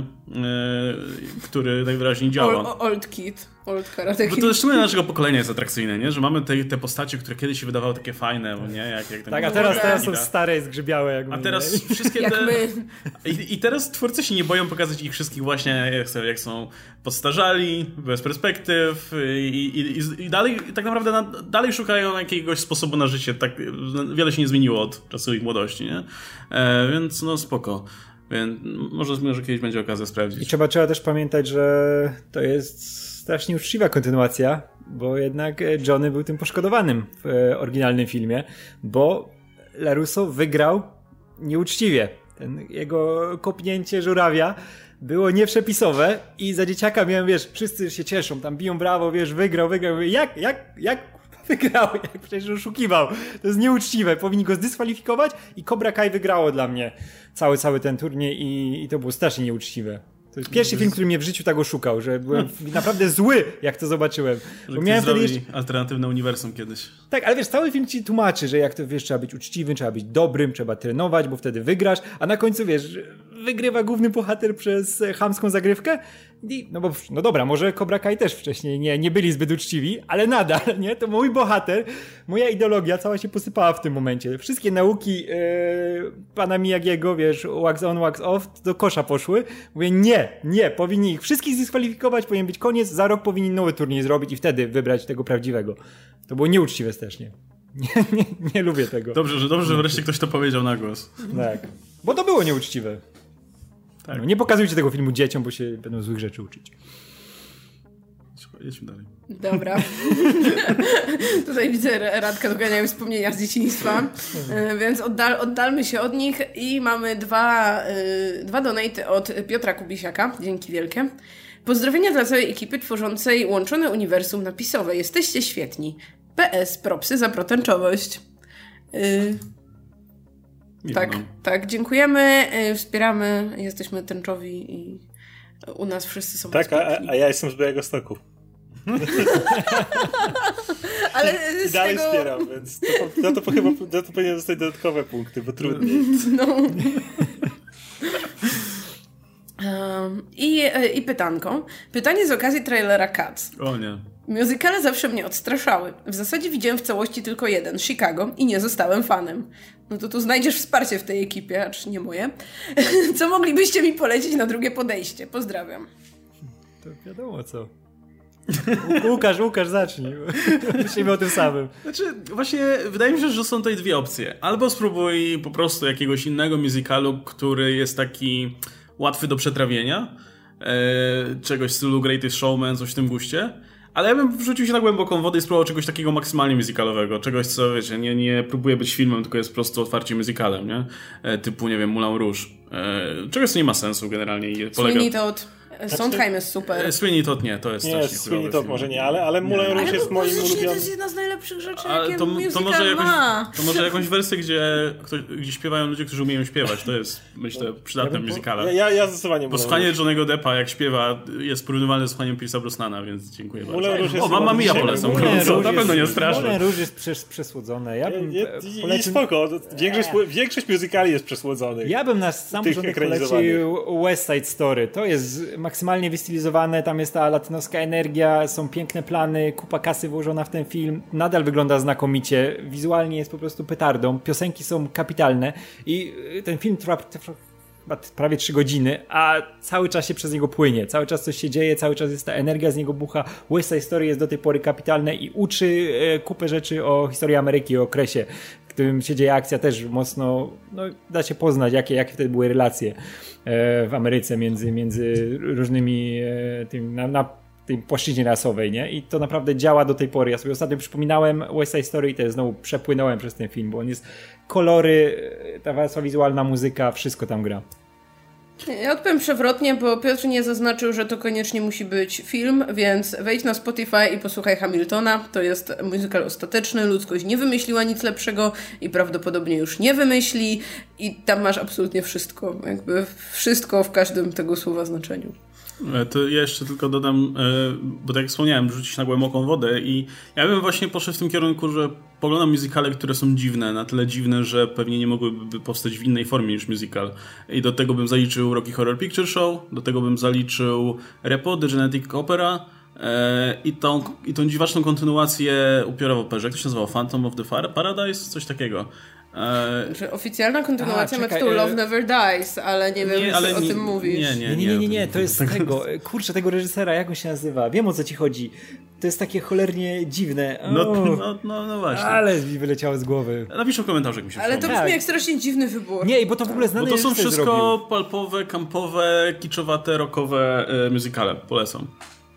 Który najwyraźniej działa. Old Karate Kid. Bo to szczególnie naszego pokolenia jest atrakcyjne, nie? Że mamy te postacie, które kiedyś się wydawały takie fajne, nie? Jak tak, a teraz są stare, zgrzybiałe. A teraz wszystkie jak my. I teraz twórcy się nie boją pokazać ich wszystkich właśnie jak są podstarzali, bez perspektyw i dalej tak naprawdę dalej szukają jakiegoś sposobu na życie. Tak wiele się nie zmieniło od czasu ich młodości, nie? Więc spoko. Więc może kiedyś będzie okazja sprawdzić. I trzeba też pamiętać, że to jest strasznie uczciwa kontynuacja, bo jednak Johnny był tym poszkodowanym w oryginalnym filmie, bo LaRusso wygrał nieuczciwie. Jego kopnięcie żurawia było nieprzepisowe i za dzieciaka miałem, wszyscy się cieszą, tam biją brawo, wygrał. Jak wygrał, jak przecież oszukiwał. To jest nieuczciwe, powinni go zdyskwalifikować i Cobra Kai wygrało dla mnie cały ten turniej i to było strasznie nieuczciwe. To jest pierwszy film, który mnie w życiu tak oszukał, że byłem naprawdę zły, jak to zobaczyłem. Bo miałem wtedy jeszcze alternatywne uniwersum kiedyś. Tak, ale wiesz, cały film ci tłumaczy, że jak to wiesz, trzeba być uczciwym, trzeba być dobrym, trzeba trenować, bo wtedy wygrasz, a na końcu wiesz, wygrywa główny bohater przez chamską zagrywkę. I, no dobra, może Cobra Kai też wcześniej nie byli zbyt uczciwi, ale nadal, nie? To mój bohater, moja ideologia cała się posypała w tym momencie. Wszystkie nauki pana Miyagiego, wiesz, wax on, wax off, do kosza poszły. Mówię, nie, powinni ich wszystkich zdyskwalifikować, powinien być koniec, za rok powinni nowy turniej zrobić i wtedy wybrać tego prawdziwego. To było nieuczciwe strasznie. Nie lubię tego. Dobrze, że wreszcie ktoś to powiedział na głos. Tak, bo to było nieuczciwe. Tak. No, nie pokazujcie tego filmu dzieciom, bo się będą złych rzeczy uczyć. Jedźmy dalej. Dobra. Tutaj widzę, Radka doganiają wspomnienia z dzieciństwa, więc oddalmy się od nich i mamy dwa donaty od Piotra Kubisiaka. Dzięki wielkie. Pozdrowienia dla całej ekipy tworzącej łączone uniwersum napisowe. Jesteście świetni. PS, propsy za protęczowość. Tak, dziękujemy, wspieramy, jesteśmy tęczowi i u nas wszyscy są bezpieczni. A ja jestem z Białegostoku. Ale I dalej wspieram, więc to powinien dostać dodatkowe punkty, bo trudniej. No. I pytanko. Pytanie z okazji trailera Cats. O nie. Musicale zawsze mnie odstraszały. W zasadzie widziałem w całości tylko jeden, Chicago, i nie zostałem fanem. No to tu znajdziesz wsparcie w tej ekipie, acz nie moje. Co moglibyście mi polecić na drugie podejście? Pozdrawiam. To wiadomo co. Łukasz, zacznij. Myślimy o tym samym. Znaczy, właśnie wydaje mi się, że są tutaj dwie opcje. Albo spróbuj po prostu jakiegoś innego musicalu, który jest taki łatwy do przetrawienia. Czegoś w stylu Greatest Showman, coś w tym guście. Ale ja bym wrzucił się na głęboką wodę i spróbował czegoś takiego maksymalnie musicalowego. Czegoś, co wiecie, nie próbuje być filmem, tylko jest po prostu otwarcie musicalem, nie? Typu, nie wiem, Moulin Rouge. Czegoś, co nie ma sensu generalnie i polega... Sweeney Todd. Sondheim jest super. Sweeney Todd nie, to jest strasznie Sweeney Todd może nie, ale Moulin Rouge jest moim ulubionym. To jest jedna z najlepszych rzeczy, jakie to może jakąś wersję, gdzie śpiewają ludzie, którzy umieją śpiewać. To jest, myślę, przydatne musicale. Ja zdecydowanie bo słuchanie Johnny'ego Deppa, jak śpiewa, jest porównywalne z słuchaniem Pierce'a Brosnana, więc dziękuję bardzo. O, Mamma Mia polecam. Na pewno nie straszy. Moulin Rouge jest przesłodzone. I spoko. Większość musicali jest przesłodzonych. Ja bym na sam początek polecił West Side Story. To jest maksymalnie wystylizowane, tam jest ta latynoska energia, są piękne plany, kupa kasy włożona w ten film, nadal wygląda znakomicie, wizualnie jest po prostu petardą, piosenki są kapitalne i ten film trwa prawie 3 godziny, a cały czas się przez niego płynie, cały czas coś się dzieje, cały czas jest ta energia z niego bucha. West Side Story jest do tej pory kapitalne i uczy kupę rzeczy o historii Ameryki, o okresie, w którym się dzieje akcja też mocno, da się poznać, jakie wtedy były relacje w Ameryce między różnymi na tej płaszczyźnie rasowej, nie? I to naprawdę działa do tej pory. Ja sobie ostatnio przypominałem West Side Story i też znowu przepłynąłem przez ten film, bo on jest kolory, ta warstwa wizualna, muzyka, wszystko tam gra. Ja odpowiem przewrotnie, bo Piotr nie zaznaczył, że to koniecznie musi być film, więc wejdź na Spotify i posłuchaj Hamiltona. To jest musical ostateczny, ludzkość nie wymyśliła nic lepszego i prawdopodobnie już nie wymyśli i tam masz absolutnie wszystko, jakby wszystko w każdym tego słowa znaczeniu. To ja jeszcze tylko dodam, bo tak jak wspomniałem, rzucić na głęboką wodę i ja bym właśnie poszedł w tym kierunku, że poglądam musicale, które są dziwne, na tyle dziwne, że pewnie nie mogłyby powstać w innej formie niż musical. I do tego bym zaliczył Rocky Horror Picture Show, do tego bym zaliczył Repo, The Genetic Opera i tą dziwaczną kontynuację Upiora w operze. Jak to się nazywało? Phantom of the Paradise? Coś takiego. Że oficjalna kontynuacja ma tytuł Love Never Dies, ale nie wiem, co o tym mówisz. Nie, to jest tego, kurczę, tego reżysera, jak on się nazywa? Wiem, o co ci chodzi. To jest takie cholernie dziwne. No właśnie. Ale mi wyleciało z głowy. Napisz w komentarzu, jak mi się Ale to brzmi jak strasznie dziwny wybór. Nie, bo to w ogóle znane. Bo to są wszystko palpowe, kampowe, kiczowate, rockowe musicale. Polecam.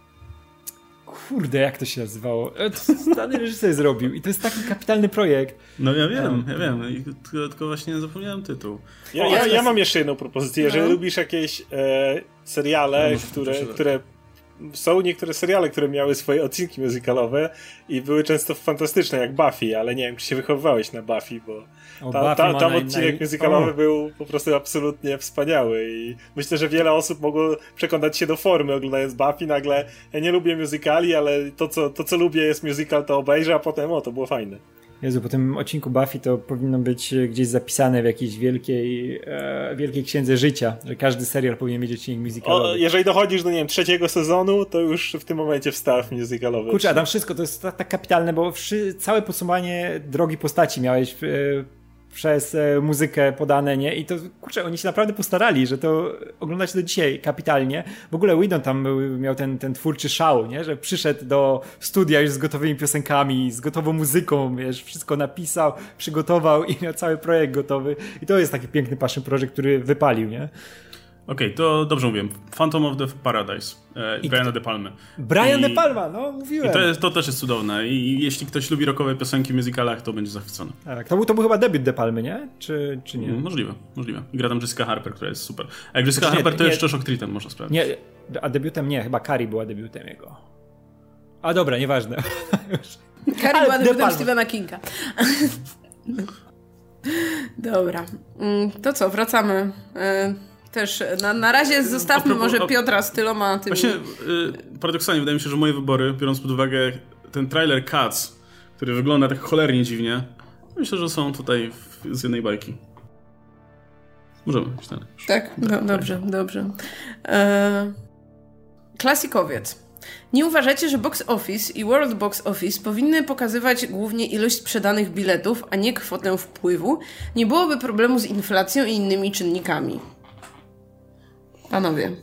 Kurde, jak to się nazywało? Znany reżyser zrobił i to jest taki kapitalny projekt. No ja wiem. Tylko właśnie zapomniałem tytuł. Ja mam jeszcze jedną propozycję. Jeżeli lubisz jakieś seriale, które są niektóre seriale, które miały swoje odcinki musicalowe i były często fantastyczne, jak Buffy, ale nie wiem, czy się wychowywałeś na Buffy, bo tam odcinek musicalowy był po prostu absolutnie wspaniały i myślę, że wiele osób mogło przekonać się do formy oglądając Buffy, nagle ja nie lubię musicali, ale to co lubię jest musical, to obejrzę, a potem to było fajne. Jezu, po tym odcinku Buffy to powinno być gdzieś zapisane w jakiejś wielkiej księdze życia, że każdy serial powinien mieć odcinek musicalowy. Jeżeli dochodzisz do, nie wiem, 3. sezonu, to już w tym momencie wstaw musicalowy. Kurczę, a tam wszystko to jest tak kapitalne, bo całe podsumowanie drogi postaci miałeś przez muzykę podane, nie? I to, kurczę, oni się naprawdę postarali, że to oglądać do dzisiaj kapitalnie. W ogóle Whedon tam miał ten twórczy szał, nie? Że przyszedł do studia już z gotowymi piosenkami, z gotową muzyką, wiesz, wszystko napisał, przygotował i miał cały projekt gotowy. I to jest taki piękny passion project, który wypalił, nie? Okej, to dobrze mówiłem. Phantom of the Paradise. Briana De Palmy. Brian De Palma, no mówiłem. I to też jest cudowne. I jeśli ktoś lubi rockowe piosenki w musicalach, to będzie zachwycony. Tak, to był chyba debiut De Palmy, nie? Czy nie? Możliwe. I gra tam Jessica Harper, która jest super. A jak Jessica Harper, to jeszcze Shock Treatem można sprawdzić. Nie, a debiutem nie, chyba Carrie była debiutem jego. A dobra, nieważne. Carrie była debiutem Stephena Kinga. Dobra. To co, wracamy. Też na razie zostawmy może Piotra z tyloma tymi... Właśnie paradoksalnie wydaje mi się, że moje wybory, biorąc pod uwagę ten trailer Cats, który wygląda tak cholernie dziwnie, myślę, że są tutaj z jednej bajki. Możemy iść dalej. Tak? No, dobrze. Klasikowiec. Nie uważacie, że Box Office i World Box Office powinny pokazywać głównie ilość sprzedanych biletów, a nie kwotę wpływu? Nie byłoby problemu z inflacją i innymi czynnikami. Panowie.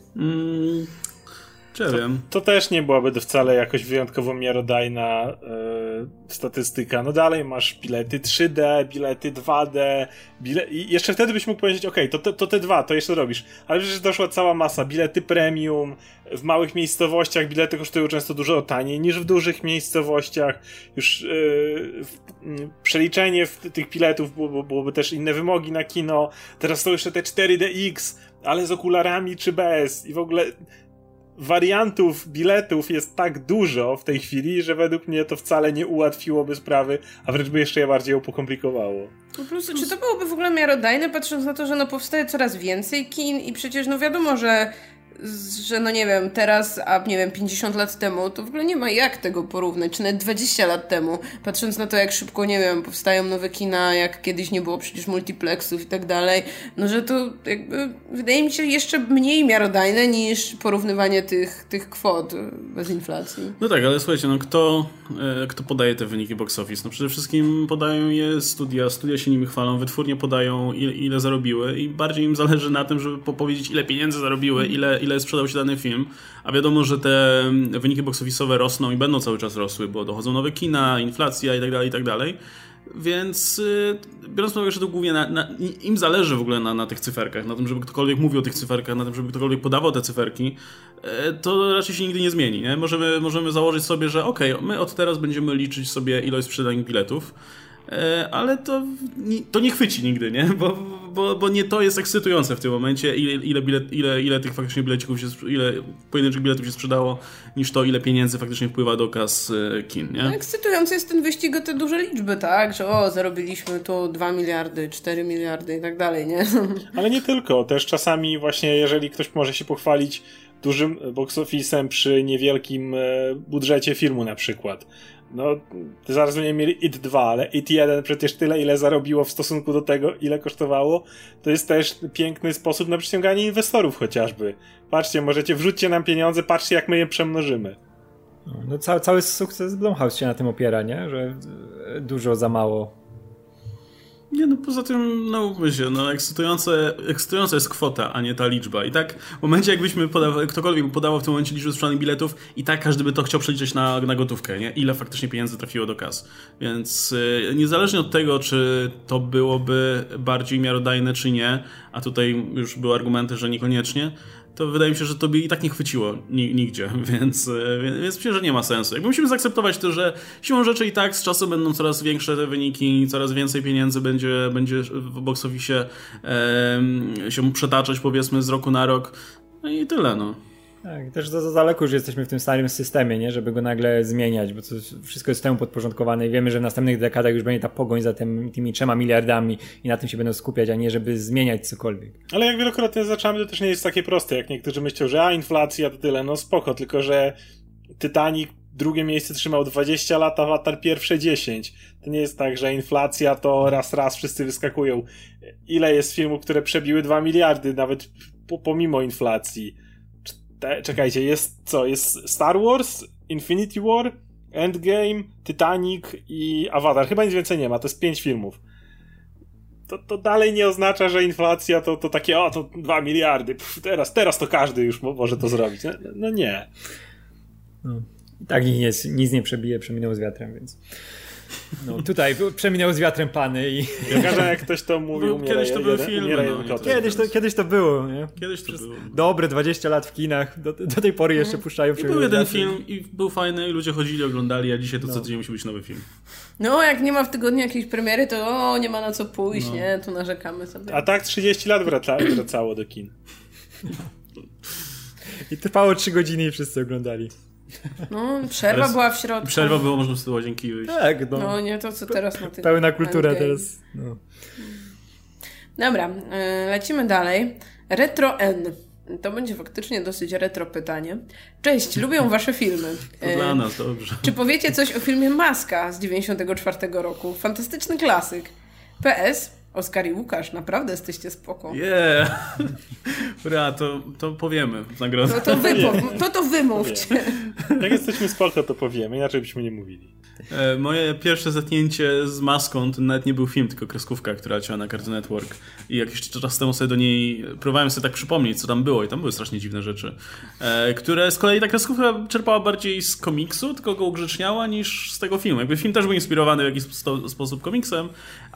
To też nie byłaby wcale jakoś wyjątkowo miarodajna statystyka. No dalej masz bilety 3D, bilety 2D, i jeszcze wtedy byś mógł powiedzieć, okej, to te dwa, to jeszcze robisz. Ale przecież doszła cała masa. Bilety premium, w małych miejscowościach bilety kosztują często dużo taniej niż w dużych miejscowościach. Już przeliczenie tych biletów byłoby też inne wymogi na kino. Teraz są jeszcze te 4DX, ale z okularami czy bez. I w ogóle wariantów biletów jest tak dużo w tej chwili, że według mnie to wcale nie ułatwiłoby sprawy, a wręcz by jeszcze je bardziej ją pokomplikowało. Plus, czy to byłoby w ogóle miarodajne, patrząc na to, że powstaje coraz więcej kin i przecież wiadomo, że no nie wiem, teraz, a nie wiem, 50 lat temu, to w ogóle nie ma jak tego porównać, czy nawet 20 lat temu, patrząc na to, jak szybko, nie wiem, powstają nowe kina, jak kiedyś nie było przecież multiplexów i tak dalej, no że to jakby wydaje mi się jeszcze mniej miarodajne niż porównywanie tych kwot bez inflacji. No tak, ale słuchajcie, kto podaje te wyniki box office? No przede wszystkim podają je studia się nimi chwalą, wytwórnie podają ile zarobiły i bardziej im zależy na tym, żeby powiedzieć, ile pieniędzy zarobiły, ile sprzedał się dany film, a wiadomo, że te wyniki box office'owe rosną i będą cały czas rosły, bo dochodzą nowe kina, inflacja i tak dalej. Więc biorąc pod uwagę, że to głównie im zależy w ogóle na tych cyferkach, na tym, żeby ktokolwiek mówił o tych cyferkach, na tym, żeby ktokolwiek podawał te cyferki, to raczej się nigdy nie zmieni. Nie? Możemy założyć sobie, że my od teraz będziemy liczyć sobie ilość sprzedanych biletów, ale to nie chwyci nigdy, nie? Bo nie to jest ekscytujące w tym momencie, ile tych faktycznie bilecików ile pojedynczych biletów się sprzedało, niż to, ile pieniędzy faktycznie wpływa do kas kin, nie? No, ekscytujący jest ten wyścig o te duże liczby, tak? Że zarobiliśmy tu 2 miliardy, 4 miliardy i tak dalej, nie? Ale nie tylko, też czasami właśnie, jeżeli ktoś może się pochwalić dużym box office'em przy niewielkim budżecie filmu na przykład. No, zaraz będziemy mieli IT 2, ale IT 1 przecież tyle, ile zarobiło w stosunku do tego, ile kosztowało. To jest też piękny sposób na przyciąganie inwestorów chociażby. Patrzcie, wrzućcie nam pieniądze, patrzcie jak my je przemnożymy. No, cały sukces Blumhouse się na tym opiera, nie? Że dużo za mało. Nie, no poza tym, ekscytująca jest kwota, a nie ta liczba. I tak w momencie, jakbyśmy ktokolwiek by podawał w tym momencie liczbę sprzedanych biletów, i tak każdy by to chciał przeliczyć na gotówkę, nie? Ile faktycznie pieniędzy trafiło do kas. Więc niezależnie od tego, czy to byłoby bardziej miarodajne, czy nie, a tutaj już były argumenty, że niekoniecznie, to wydaje mi się, że to by i tak nie chwyciło nigdzie, więc myślę, że nie ma sensu. Jakby musimy zaakceptować to, że siłą rzeczy i tak z czasem będą coraz większe te wyniki, coraz więcej pieniędzy będzie w box office się przetaczać, powiedzmy, z roku na rok. No i tyle, no. Tak, też za daleko już jesteśmy w tym starym systemie, nie? Żeby go nagle zmieniać, bo to wszystko jest temu podporządkowane i wiemy, że w następnych dekadach już będzie ta pogoń za tymi 3 miliardami i na tym się będą skupiać, a nie żeby zmieniać cokolwiek. Ale jak wielokrotnie zaczynamy, to też nie jest takie proste, jak niektórzy myślą, że inflacja to tyle, no spoko, tylko że Titanic drugie miejsce trzymał 20 lat, Avatar pierwsze 10. To nie jest tak, że inflacja to raz wszyscy wyskakują. Ile jest filmów, które przebiły 2 miliardy, nawet pomimo inflacji? Czekajcie, jest co? Jest Star Wars, Infinity War, Endgame, Titanic i Avatar. Chyba nic więcej nie ma, to jest 5 filmów. To dalej nie oznacza, że inflacja to takie, to 2 miliardy. Teraz to każdy już może to zrobić. No nie. No. I tak nic nie przebije, przeminęło z wiatrem, więc... No tutaj przeminęło z wiatrem pany i... Każdy jak ktoś to mówił, kiedyś to były filmy. Kiedyś to było, nie? Kiedyś to było. Dobre 20 lat w kinach, do tej pory jeszcze puszczają. I był jeden film i był fajny i ludzie chodzili, oglądali, a dzisiaj to co tydzień musi być nowy film. No, jak nie ma w tygodniu jakiejś premiery, to nie ma na co pójść, nie? Tu narzekamy sobie. A tak 30 lat wracało do kin. I trwało 3 godziny i wszyscy oglądali. No, przerwa była w środku. Przerwa było, można z tej łazienki wyjść. Tak, no nie to, co teraz na tym. Pełna kultura teraz. No. Dobra, lecimy dalej. Retro N. To będzie faktycznie dosyć retro pytanie. Cześć, lubią wasze filmy. To dla nas, dobrze. Czy powiecie coś o filmie Maska z 94 roku? Fantastyczny klasyk. PS, Oskar i Łukasz, naprawdę jesteście spoko. Ura, to powiemy w nagrodę. To wymówcie. Jak jesteśmy spoko, to powiemy, inaczej byśmy nie mówili. Moje pierwsze zetknięcie z Maską to nawet nie był film, tylko kreskówka, która leciała na Cartoon Network. I jakiś czas temu sobie do niej próbowałem sobie tak przypomnieć, co tam było. I tam były strasznie dziwne rzeczy. Które z kolei ta kreskówka czerpała bardziej z komiksu, tylko go ugrzeczniała, niż z tego filmu. Jakby film też był inspirowany w jakiś sposób komiksem,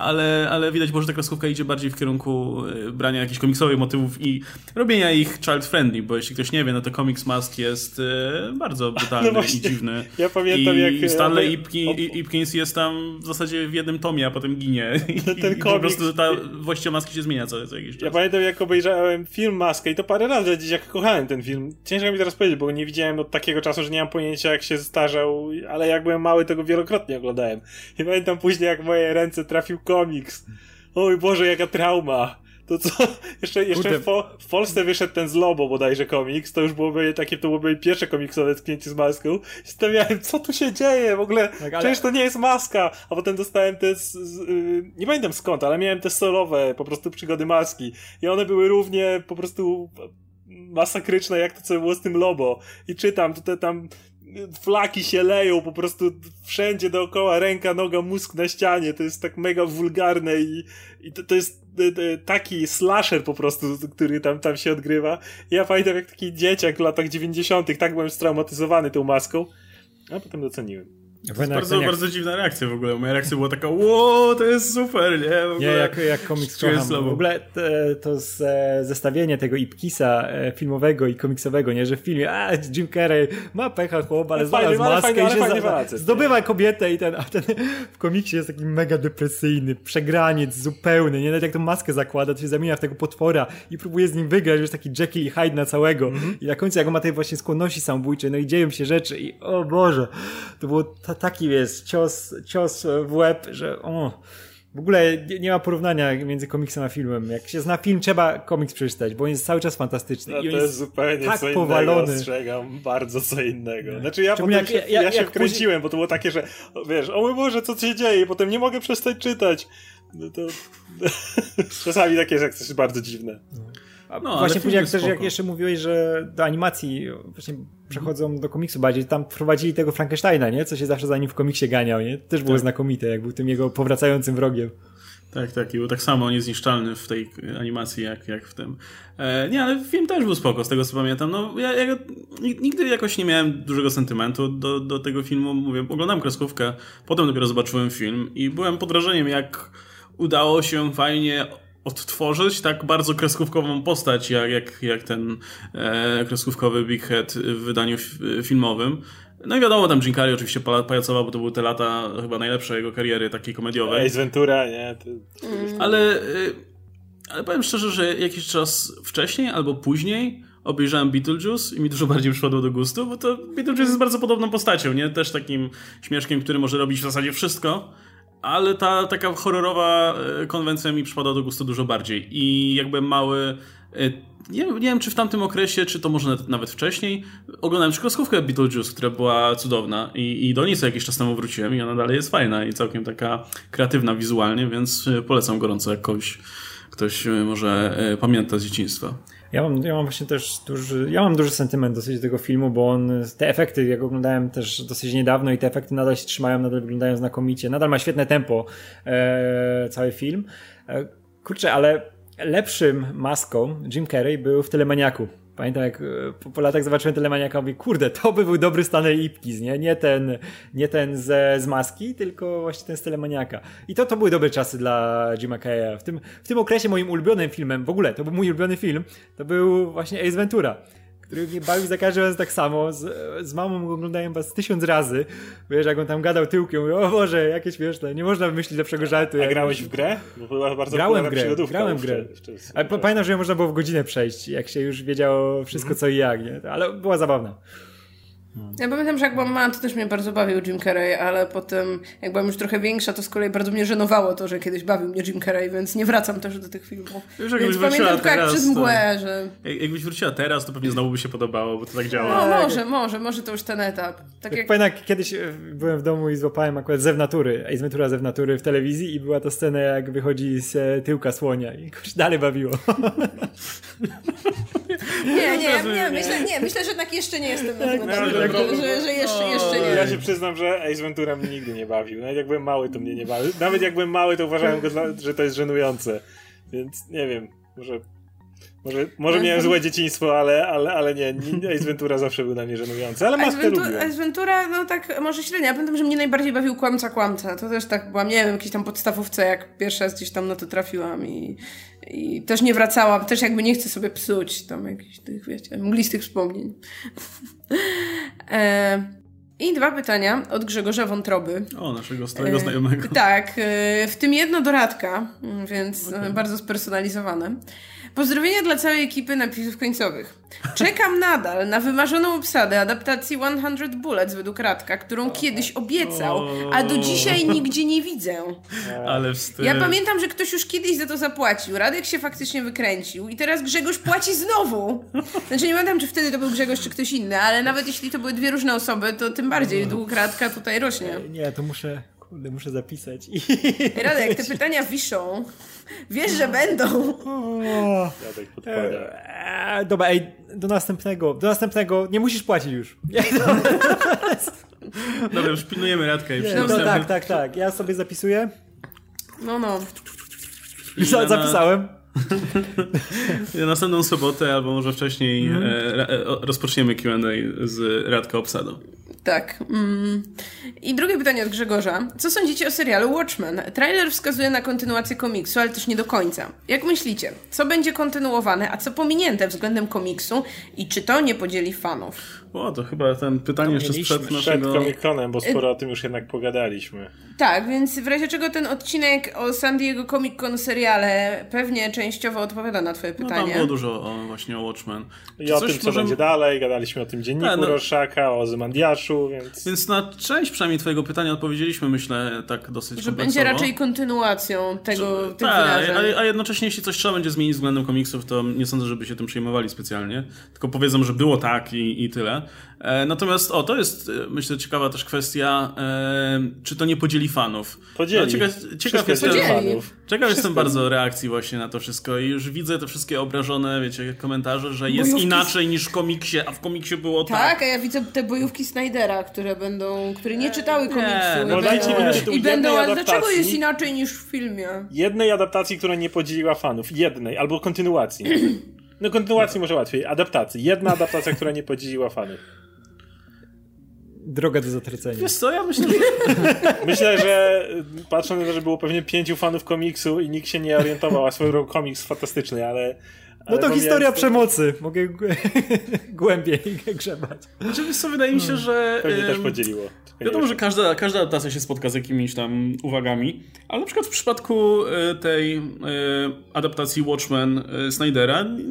ale widać było, że ta kreskówka idzie bardziej w kierunku brania jakichś komiksowych motywów i robienia ich child-friendly, bo jeśli ktoś nie wie, no to komiks Mask jest bardzo brutalny i dziwny. Ja pamiętam, jak Stanley Ipkiss jest tam w zasadzie w jednym tomie, a potem ginie. Ten I po prostu ta właściwie Maski się zmienia co jakiś czas. Ja pamiętam, jak obejrzałem film Maskę i to parę razy gdzieś jak kochałem ten film. Ciężko mi teraz powiedzieć, bo go nie widziałem od takiego czasu, że nie mam pojęcia, jak się zestarzał, ale jak byłem mały, to go wielokrotnie oglądałem. I pamiętam później, jak w moje ręce trafił komiks. Oj Boże, jaka trauma. To co? Jeszcze w Polsce wyszedł ten z Lobo bodajże komiks, to już byłoby pierwsze komiksowe tknięcie z Maską. I stawiałem, co tu się dzieje? W ogóle, tak, przecież to nie jest Maska. A potem dostałem te, nie pamiętam skąd, ale miałem te solowe po prostu przygody Maski. I one były równie po prostu masakryczne, jak to co było z tym Lobo. I czytam, tutaj tam flaki się leją po prostu wszędzie dookoła, ręka, noga, mózg na ścianie, to jest tak mega wulgarne i to jest taki slasher po prostu, który tam się odgrywa. I ja pamiętam, jak taki dzieciak w latach 90. tak byłem straumatyzowany tą Maską, a potem doceniłem. To jest bardzo dziwna reakcja w ogóle. Moja reakcja była taka, wow, to jest super, nie? W ogóle, nie, jak komiks kocham. W ogóle to zestawienie tego Ipkissa filmowego i komiksowego, nie? Że w filmie, Jim Carrey ma pecha chłop, ale znalazł maskę i się zdobywa kobietę a ten w komiksie jest taki mega depresyjny, przegraniec zupełny, nie? Nawet jak tą maskę zakłada, to się zamienia w tego potwora i próbuje z nim wygrać, że jest taki Jekyll i Hyde na całego. I na końcu jak on ma tej właśnie skłonności samobójcze, no i dzieją się rzeczy i o Boże, to było taki jest cios w łeb, że w ogóle nie ma porównania między komiksem a filmem. Jak się zna film, trzeba komiks przeczytać, bo on jest cały czas fantastyczny. No, to jest zupełnie tak co powalony. Innego, ostrzegam, bardzo co innego. Znaczy ja się wkręciłem, bo to było takie, że wiesz, o mój Boże, co się dzieje? I potem nie mogę przestać czytać. No to czasami takie rzeczy jest bardzo dziwne. Właśnie później jak jeszcze mówiłeś, że do animacji właśnie przechodzą do komiksu bardziej, tam wprowadzili tego Frankensteina, nie? Co się zawsze za nim w komiksie ganiał, nie? Też było znakomite, jak był tym jego powracającym wrogiem. Tak, i był tak samo niezniszczalny w tej animacji, jak w tym. Nie, ale film też był spoko, z tego co pamiętam. No, ja nigdy jakoś nie miałem dużego sentymentu do tego filmu. Mówię, oglądam kreskówkę, potem dopiero zobaczyłem film i byłem pod wrażeniem, jak udało się fajnie odtworzyć tak bardzo kreskówkową postać, jak ten kreskówkowy Big Head w wydaniu filmowym. No i wiadomo, tam Jim Carrey oczywiście pajacował, bo to były te lata chyba najlepsze jego kariery takiej komediowej. Ace Ventura, nie? Ale powiem szczerze, że jakiś czas wcześniej albo później obejrzałem Beetlejuice i mi dużo bardziej przypadło do gustu, bo to Beetlejuice jest bardzo podobną postacią, nie? Też takim śmieszkiem, który może robić w zasadzie wszystko, ale ta taka horrorowa konwencja mi przypadła do gustu dużo bardziej. I jakby mały... Nie wiem, czy w tamtym okresie, czy to może nawet wcześniej, oglądałem kreskówkę Beetlejuice, która była cudowna i do niej sobie jakiś czas temu wróciłem i ona dalej jest fajna i całkiem taka kreatywna wizualnie, więc polecam gorąco, jak ktoś może pamięta z dzieciństwa. Ja mam właśnie też duży sentyment dosyć do tego filmu, bo te efekty, jak oglądałem też dosyć niedawno i te efekty nadal się trzymają, nadal wyglądają znakomicie, nadal ma świetne tempo cały film. Kurczę, ale lepszym maską Jim Carrey był w Telemaniaku. Pamiętam, jak po latach zobaczyłem Telemaniaka i mówię, kurde, to by był dobry Stanley Ipkiss, nie ten z Maski, tylko właśnie ten z Telemaniaka. I to były dobre czasy dla Jima Carreya. W tym okresie moim ulubionym filmem, w ogóle, to był mój ulubiony film, to był właśnie Ace Ventura, który mnie bawił za każdym razem tak samo. Z mamą oglądałem was 1000 razy. Wiesz, jak on tam gadał tyłkiem, mówię, o Boże, jakie śmieszne, nie można wymyślić lepszego żartu. A grałeś w grę? Bo była bardzo grałem w grę. Ale pamiętam, że ją można było w godzinę przejść, jak się już wiedziało wszystko co i jak, nie? Ale była zabawna. Ja pamiętam, że jak byłam mała, to też mnie bardzo bawił Jim Carrey, ale potem, jak byłam już trochę większa, to z kolei bardzo mnie żenowało to, że kiedyś bawił mnie Jim Carrey, więc nie wracam też do tych filmów. Wiesz, więc pamiętam tylko jak przez mgłę, że... Jakbyś wróciła teraz, to pewnie znowu by się podobało, bo to tak działa. No może to już ten etap. Tak jak... Pamiętam, kiedyś byłem w domu i złapałem akurat Zew Natury, Ace Ventura Zew Natury w telewizji i była to scena, jak wychodzi z tyłka słonia i dalej bawiło. Myślę, że jednak jeszcze nie jestem na tym etapie, że jeszcze nie. Ja się przyznam, że Ace Ventura mnie nigdy nie bawił. Nawet jak byłem mały, to mnie nie bawił. Nawet jak byłem mały, to uważałem go, że to jest żenujące. Więc nie wiem, może miałem złe dzieciństwo, ale nie, Ace Ventura zawsze był dla mnie żenujący, ale maskę lubiłem. Ace Ventura, no tak, może średnio. Ja pamiętam, że mnie najbardziej bawił Kłamca. To też tak byłam, nie wiem, jakiejś tam podstawówce, jak pierwszy raz gdzieś tam na to trafiłam i też nie wracałam, też jakby nie chcę sobie psuć tam jakichś tych, wiecie, mglistych wspomnień. I 2 pytania od Grzegorza Wątroby. O, naszego starego znajomego. Tak, w tym jedno do Radka, więc bardzo spersonalizowane. Pozdrowienia dla całej ekipy napisów końcowych. Czekam nadal na wymarzoną obsadę adaptacji 100 Bullets według Radka, którą kiedyś obiecał, a do dzisiaj nigdzie nie widzę. Ale wstyd. Ja pamiętam, że ktoś już kiedyś za to zapłacił. Radek się faktycznie wykręcił i teraz Grzegorz płaci znowu. Znaczy nie pamiętam, czy wtedy to był Grzegorz, czy ktoś inny, ale nawet jeśli to były 2 różne osoby, to tym bardziej dług Radka tutaj rośnie. Nie, to muszę zapisać. Radek, te pytania wiszą. Wiesz, że będą. Radek podkłada. Dobra, do następnego. Nie musisz płacić już. Dobra, już pilnujemy Radka i Tak. Ja sobie zapisuję. No. Zapisałem. Na następną sobotę, albo może wcześniej rozpoczniemy Q&A z Radka obsadą. Tak. I drugie pytanie od Grzegorza. Co sądzicie o serialu Watchmen? Trailer wskazuje na kontynuację komiksu, ale też nie do końca. Jak myślicie? Co będzie kontynuowane, a co pominięte względem komiksu i czy to nie podzieli fanów? O, to chyba ten pytanie jeszcze sprzed naszego... Przed Comic-Conem, bo sporo o tym już jednak pogadaliśmy. Tak, więc w razie czego ten odcinek o San Diego Comic-Con seriale pewnie częściowo odpowiada na twoje pytanie. No tam było dużo właśnie o Watchmen. I o tym, co będzie dalej. Gadaliśmy o tym dzienniku Rorschaka, o Ozymandiaszu, Więc na część przynajmniej twojego pytania odpowiedzieliśmy, myślę, tak dosyć że kompleksowo. Będzie raczej kontynuacją tych wydarzeń. A jednocześnie jeśli coś trzeba będzie zmienić względem komiksów, to nie sądzę, żeby się tym przejmowali specjalnie. Tylko powiedzą, że było tak i tyle. Natomiast to jest, myślę, ciekawa też kwestia, czy to nie podzieli fanów. Podzieli. Ciekaw jestem bardzo reakcji właśnie na to wszystko i już widzę te wszystkie obrażone, wiecie, komentarze, że jest inaczej niż w komiksie, a w komiksie było tak. Tak, a ja widzę te bojówki Snydera, które nie czytały komiksu. I będą, ale dlaczego jest inaczej niż w filmie? Jednej adaptacji, która nie podzieliła fanów. Jednej, albo kontynuacji. No kontynuacji może łatwiej. Adaptacji. Jedna adaptacja, która nie podzieliła fanów. Droga do zatracenia. Wiesz co, ja myślę, że patrząc na to, że było pewnie 5 fanów komiksu i nikt się nie orientował, a swoją drogą komiks fantastyczny, ale no to historia przemocy. Mogę głębiej grzebać. Znaczy, co wydaje mi się, że... Pewnie też podzieliło. Wiadomo, że każda adaptacja się spotka z jakimiś tam uwagami, ale na przykład w przypadku tej adaptacji Watchmen Snydera nie było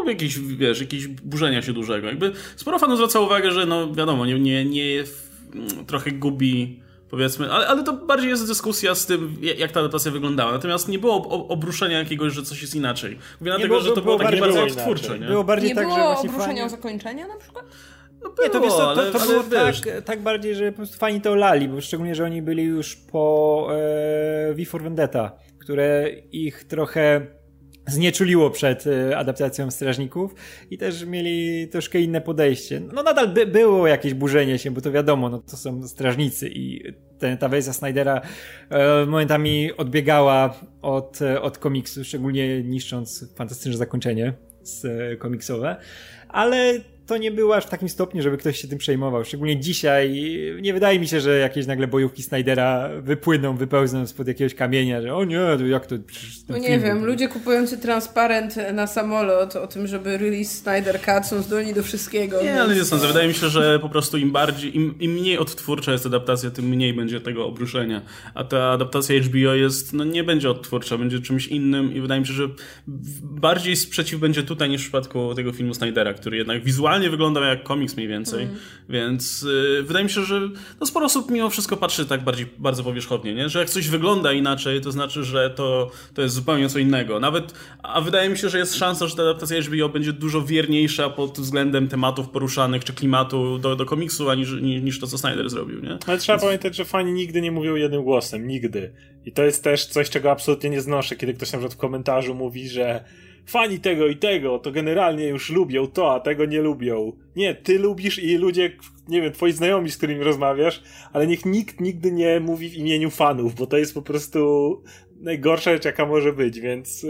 jakieś, wiesz, jakieś burzenia się dużego. Jakby sporo fanów zwraca uwagę, że no wiadomo, nie trochę gubi, powiedzmy, ale to bardziej jest dyskusja z tym, jak ta adaptacja wyglądała. Natomiast nie było obruszenia jakiegoś, że coś jest inaczej. Mówię dlatego, że to było takie bardzo odtwórcze, nie? Było bardziej nie tak, było że właśnie obruszenia zakończenia na przykład? No było, nie, to, wiesz, to było wiesz, tak bardziej, że po prostu fani to lali, bo szczególnie, że oni byli już po V for Vendetta, które ich trochę znieczuliło przed adaptacją Strażników i też mieli troszkę inne podejście. No nadal było jakieś burzenie się, bo to wiadomo, no to są strażnicy i ta wersja Snydera momentami odbiegała od komiksu, szczególnie niszcząc fantastyczne zakończenie komiksowe, ale to nie było aż w takim stopniu, żeby ktoś się tym przejmował. Szczególnie dzisiaj nie wydaje mi się, że jakieś nagle bojówki Snydera wypełzną spod jakiegoś kamienia, że o nie, to jak to... No nie wiem, ludzie kupujący transparent na samolot o tym, żeby release Snyder Cut są zdolni do wszystkiego. Nie, ale nie sądzę. Wydaje mi się, że po prostu im mniej odtwórcza jest adaptacja, tym mniej będzie tego obruszenia. A ta adaptacja HBO nie będzie odtwórcza, będzie czymś innym i wydaje mi się, że bardziej sprzeciw będzie tutaj niż w przypadku tego filmu Snydera, który jednak wizualnie wygląda jak komiks mniej więcej, więc wydaje mi się, że sporo osób mimo wszystko patrzy tak bardzo powierzchownie, nie? Że jak coś wygląda inaczej, to znaczy, że to jest zupełnie co innego. A wydaje mi się, że jest szansa, że ta adaptacja HBO będzie dużo wierniejsza pod względem tematów poruszanych czy klimatu do komiksu, niż to, co Snyder zrobił, nie? Ale trzeba pamiętać, że fani nigdy nie mówią jednym głosem, nigdy. I to jest też coś, czego absolutnie nie znoszę, kiedy ktoś na przykład w komentarzu mówi, że fani tego i tego to generalnie już lubią to, a tego nie lubią. Nie, ty lubisz i ludzie, nie wiem, twoi znajomi, z którymi rozmawiasz, ale niech nikt nigdy nie mówi w imieniu fanów, bo to jest po prostu najgorsza rzecz, jaka może być, więc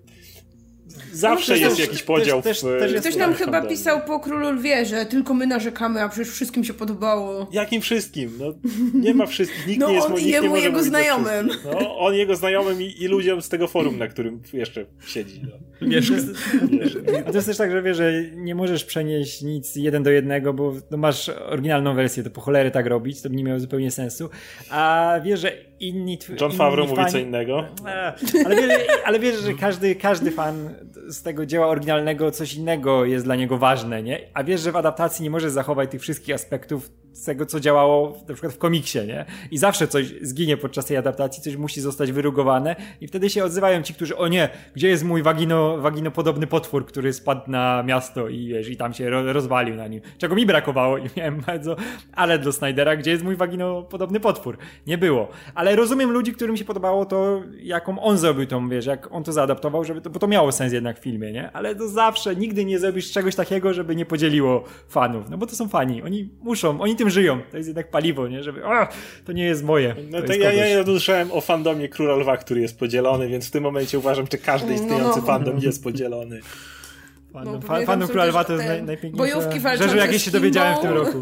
zawsze jest jakiś podział. Ktoś nam chyba pisał po Królu Lwie, że tylko my narzekamy, a przecież wszystkim się podobało. Jakim wszystkim? No, nie ma wszystkich, nikt nie jest on jemu nie jego znajomym. No, on jego znajomym i ludziom z tego forum, na którym jeszcze siedzi. No. A to jest też tak, że wiesz, że nie możesz przenieść nic 1:1, bo masz oryginalną wersję, to po cholery tak robić, to by nie miało zupełnie sensu. A wiesz, że inni John Favreau mówi co innego. Ale wiesz, że każdy fan z tego dzieła oryginalnego coś innego jest dla niego ważne, nie? A wiesz, że w adaptacji nie możesz zachować tych wszystkich aspektów z tego, co działało na przykład w komiksie, nie? I zawsze coś zginie podczas tej adaptacji, coś musi zostać wyrugowane i wtedy się odzywają ci, którzy, o nie, gdzie jest mój waginopodobny potwór, który spadł na miasto i wiesz, i tam się rozwalił na nim. Czego mi brakowało i miałem bardzo, ale do Snydera, gdzie jest mój waginopodobny potwór? Nie było. Ale rozumiem ludzi, którym się podobało to, jaką on zrobił tą, wiesz, jak on to zaadaptował, bo to miało sens jednak w filmie, nie? Ale to zawsze, nigdy nie zrobisz czegoś takiego, żeby nie podzieliło fanów. No bo to są fani. Oni tym żyją. To jest jednak paliwo, nie? Żeby, to nie jest moje. No to ja usłyszałem o fandomie Króla Lwa, który jest podzielony, więc w tym momencie uważam, że każdy istniejący fandom jest podzielony. Fandom Króla Lwa to jest najpiękniejsze rzecz, jakie się dowiedziałem w tym roku.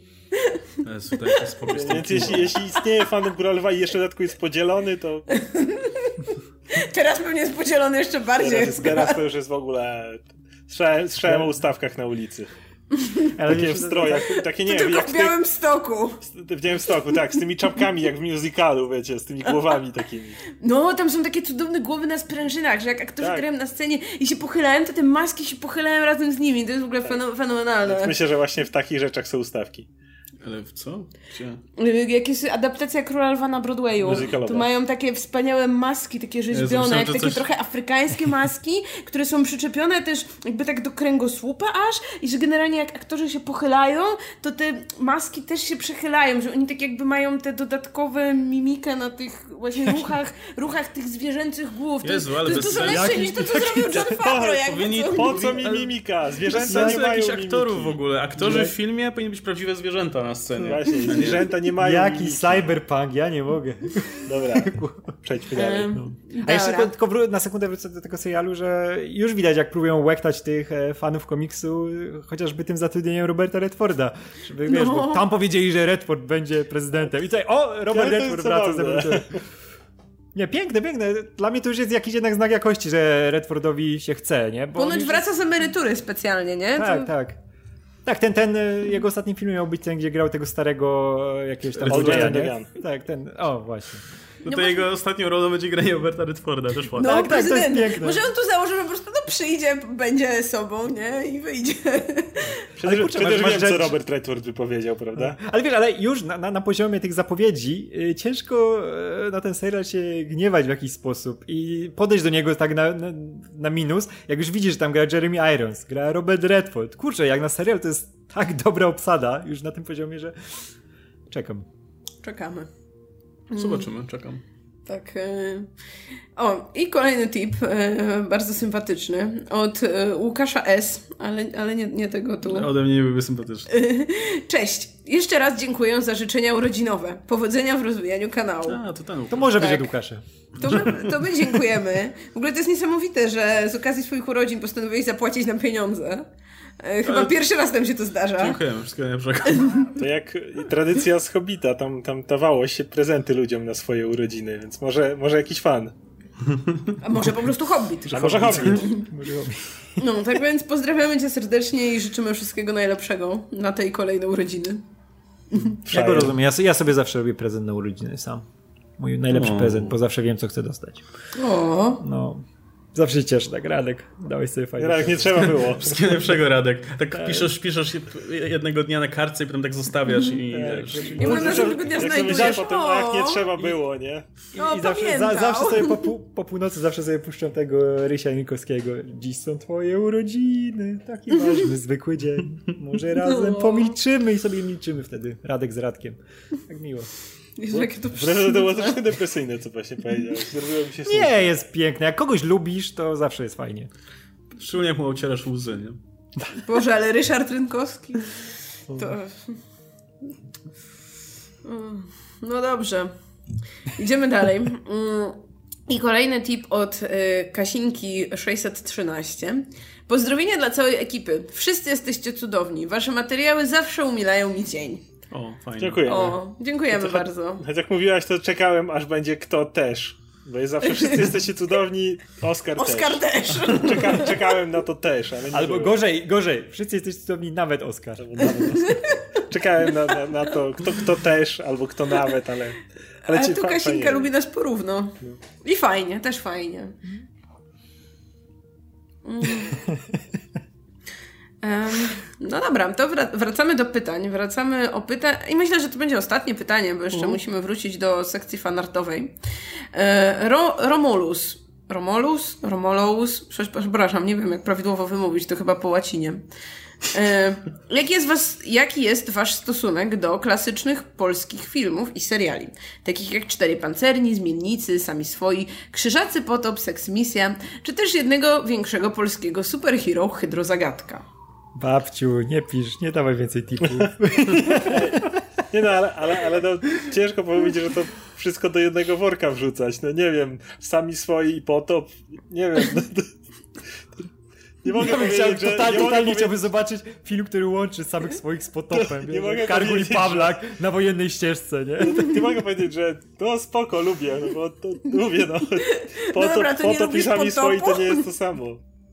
Więc jeśli istnieje fandom Króla Lwa i jeszcze w dodatku jest podzielony, to... Teraz pewnie jest podzielony jeszcze bardziej. Teraz to już jest w ogóle... Słyszałem o ustawkach na ulicy. Ale takie w strojach, takie nie wiem, jak w Białymstoku. W Białymstoku, tak, z tymi czapkami jak w musicalu, wiecie, z tymi głowami takimi. No, tam są takie cudowne głowy na sprężynach, że jak aktorzy grają na scenie i się pochylają, to te maski się pochylają razem z nimi. To jest w ogóle fenomenalne. Więc myślę, że właśnie w takich rzeczach są ustawki. Ale w co? Jak jest adaptacja Króla Lwa na Broadwayu, to mają takie wspaniałe maski, takie rzeźbione, takie trochę afrykańskie maski, które są przyczepione też jakby tak do kręgosłupa aż i że generalnie jak aktorzy się pochylają, to te maski też się przechylają, że oni tak jakby mają te dodatkowe mimikę na tych właśnie ruchach tych zwierzęcych głów. Jezu, to jest dużo lepsze niż to, co zrobił John Favreau. Po co mi mimika? Zwierzęta nie mają mimiki. Aktorów w ogóle. Aktorzy w filmie powinni być prawdziwe zwierzęta na scenie. Właśnie, zwierzęta nie mają Jaki mimiki. cyberpunk, ja nie mogę. Dobra, przejdźmy dalej. A jeszcze tylko na sekundę wrócę do tego serialu, że już widać, jak próbują łektać tych fanów komiksu, chociażby tym zatrudnieniem Roberta Redforda. Żeby, wiesz, bo tam powiedzieli, że Redford będzie prezydentem. I tutaj, Robert Redford wraca ze mną. Nie, piękne. Dla mnie to już jest jakiś jednak znak jakości, że Redfordowi się chce, nie? Bo ponoć wraca z emerytury specjalnie, nie? Tak. Tak, ten jego ostatni film miał być ten, gdzie grał tego starego jakiegoś tam złodzieja, nie? Tak, ten, właśnie. No to jego ostatnią rolą będzie granie Roberta Redforda, też ładnie. No, Tak, to jest prezydent. piękne. Może on tu założy, że po prostu przyjdzie, będzie sobą, nie? I wyjdzie. Przecież wiem, masz co rzecz- Robert Redford wypowiedział, prawda? Ale wiesz, ale już na poziomie tych zapowiedzi ciężko na ten serial się gniewać w jakiś sposób i podejść do niego tak na minus, jak już widzisz, że tam gra Jeremy Irons, gra Robert Redford. Kurczę, jak na serial to jest tak dobra obsada już na tym poziomie, że czekam. Czekamy. Zobaczymy, czekam. Tak. O, i kolejny tip, bardzo sympatyczny, od Łukasza S., ale nie tego tu. Ode mnie nie byłby sympatyczny. Cześć! Jeszcze raz dziękuję za życzenia urodzinowe. Powodzenia w rozwijaniu kanału. A, to ten. To może Tak. być od Łukasza. To my dziękujemy. W ogóle to jest niesamowite, że z okazji swoich urodzin postanowiłeś zapłacić nam pieniądze. Chyba pierwszy raz nam się to zdarza. Dziękujemy, wszystkiego najlepszego. To jak tradycja z Hobbita, tam dawało się prezenty ludziom na swoje urodziny, więc może jakiś fan. A może po prostu Hobbit. A może Hobbit. No, tak więc pozdrawiamy cię serdecznie i życzymy wszystkiego najlepszego na tej kolejnej urodziny. Ja go rozumiem. Ja sobie zawsze robię prezent na urodziny sam. Mój najlepszy prezent, bo zawsze wiem, co chcę dostać. O. No. Zawsze się cieszę, tak, Radek, dałeś sobie fajnie. Radek, nie trzeba było. Wszystkiego najlepszego, Radek. Tak piszesz jednego dnia na kartce i potem tak zostawiasz i wiesz. I może następnego dnia Jak sobie znajdujesz. myślałem potem, a jak nie trzeba było, nie? O, I zawsze, pamiętał. zawsze sobie po północy zawsze sobie puszczam tego Rysia Nikowskiego. Dziś są twoje urodziny, taki ważny, zwykły dzień. Może razem pomilczymy i sobie milczymy wtedy. Radek z Radkiem. Tak miło. Jezu, jakie to Wreszcie to było troszkę depresyjne, co właśnie powiedziałeś. Zrobiło mi się smutno. Nie, jest piękne. Jak kogoś lubisz, to zawsze jest fajnie. Szczególnie jak mu ocierasz łzy, nie? Boże, ale Ryszard Rynkowski. To... No dobrze. Idziemy dalej. I kolejny tip od Kasinki 613. Pozdrowienia dla całej ekipy. Wszyscy jesteście cudowni. Wasze materiały zawsze umilają mi dzień. O, fajnie. Dziękujemy. O, dziękujemy bardzo. Choć jak mówiłaś, to czekałem, aż będzie kto też. Bo jest zawsze wszyscy jesteście cudowni, Oskar też. Czekałem na to też, ale nie Albo było. gorzej. Wszyscy jesteście cudowni, nawet Oskar. Czekałem na to, kto też, albo kto nawet, ale Ale tu Kasinka lubi nas porówno. I fajnie, też fajnie. No dobra, to wracamy do pytań. Wracamy o pytań. I myślę, że to będzie ostatnie pytanie, bo jeszcze musimy wrócić do sekcji fanartowej. Romolous, przepraszam, nie wiem jak prawidłowo wymówić, to chyba po łacinie. Jaki jest wasz stosunek do klasycznych polskich filmów i seriali? Takich jak Cztery Pancerni, Zmiennicy, Sami Swoi, Krzyżacy Potop, Seks Misja, czy też jednego większego polskiego superhero Hydrozagadka? Babciu, nie pisz, nie dawaj więcej tipów. Nie no, ale no, ciężko powiedzieć, że to wszystko do jednego worka wrzucać. No nie wiem, Sami Swoi i Potop, nie wiem. Nie mogę powiedzieć, że... Totalnie chciałbym zobaczyć film, który łączy samych swoich z Potopem. Nie mogę Kargul i powiedzieć, Pawlak na wojennej ścieżce, nie? Nie mogę powiedzieć, że no spoko, lubię, no bo to lubię, no. Dobra, to nie Potop i lubisz Sami Swoi Potopu? to nie jest to samo.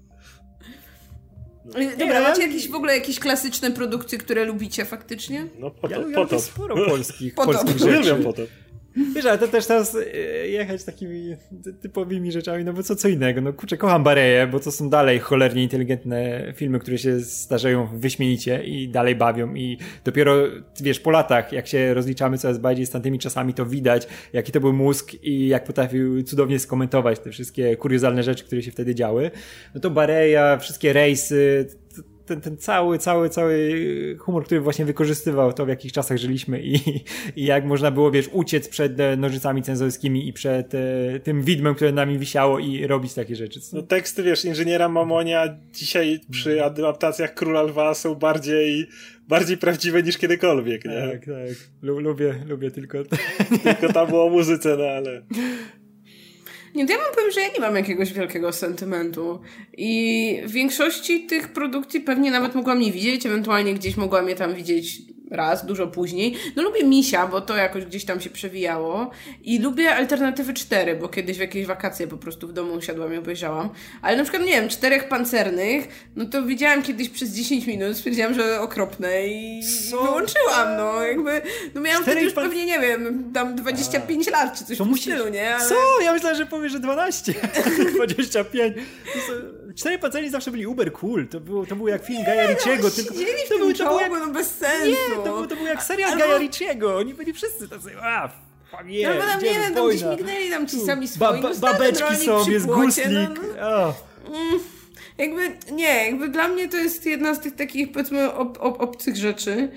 Dobra, macie jakieś klasyczne produkcje, które lubicie faktycznie? No Ja lubię Potop. sporo polskich Potop. rzeczy. Uwielbiam Potop. Wiesz, ale to też teraz jechać takimi typowymi rzeczami, no bo co innego. No kurczę, kocham Bareję, bo to są dalej cholernie inteligentne filmy, które się starzeją wyśmienicie i dalej bawią i dopiero, wiesz, po latach, jak się rozliczamy coraz bardziej z tamtymi czasami, to widać, jaki to był mózg i jak potrafił cudownie skomentować te wszystkie kuriozalne rzeczy, które się wtedy działy. No to Bareja, wszystkie rejsy, ten cały humor, który właśnie wykorzystywał to, w jakich czasach żyliśmy i jak można było, wiesz, uciec przed nożycami cenzorskimi i przed tym widmem, które nami wisiało i robić takie rzeczy. No teksty, wiesz, inżyniera Mamonia dzisiaj przy adaptacjach Króla Lwa są bardziej prawdziwe niż kiedykolwiek, nie? Tak. Lubię tylko... Tylko tam było o muzyce, no ale... Nie, to ja wam powiem, że ja nie mam jakiegoś wielkiego sentymentu i w większości tych produkcji pewnie nawet mogłam nie widzieć, ewentualnie gdzieś mogłam je tam widzieć raz, dużo później. No lubię Misia, bo to jakoś gdzieś tam się przewijało. I lubię Alternatywy 4, bo kiedyś w jakieś wakacje po prostu w domu usiadłam i obejrzałam. Ale na przykład, nie wiem, 4 Pancernych, no to widziałam kiedyś przez 10 minut, stwierdziłam, że okropne i wyłączyłam, no jakby, no miałam wtedy już pewnie, nie wiem, tam 25 lat, czy coś w tym stylu, nie? Ale... Co? Ja myślałem, że powiesz, że 12. 25. 4 Pancerni zawsze byli uber cool. To był jak film Gaja Ricciego. Tylko to był jak... no bez sensu. Nie, to był jak serial Gaja Ricciego. Oni byli wszyscy tacy, fuck yeah, no bo tam, nie wiem, tam gdzieś mignęli tam ci sami swoi. Babeczki sobie z Guslik. Jakby dla mnie to jest jedna z tych takich, powiedzmy, obcych rzeczy.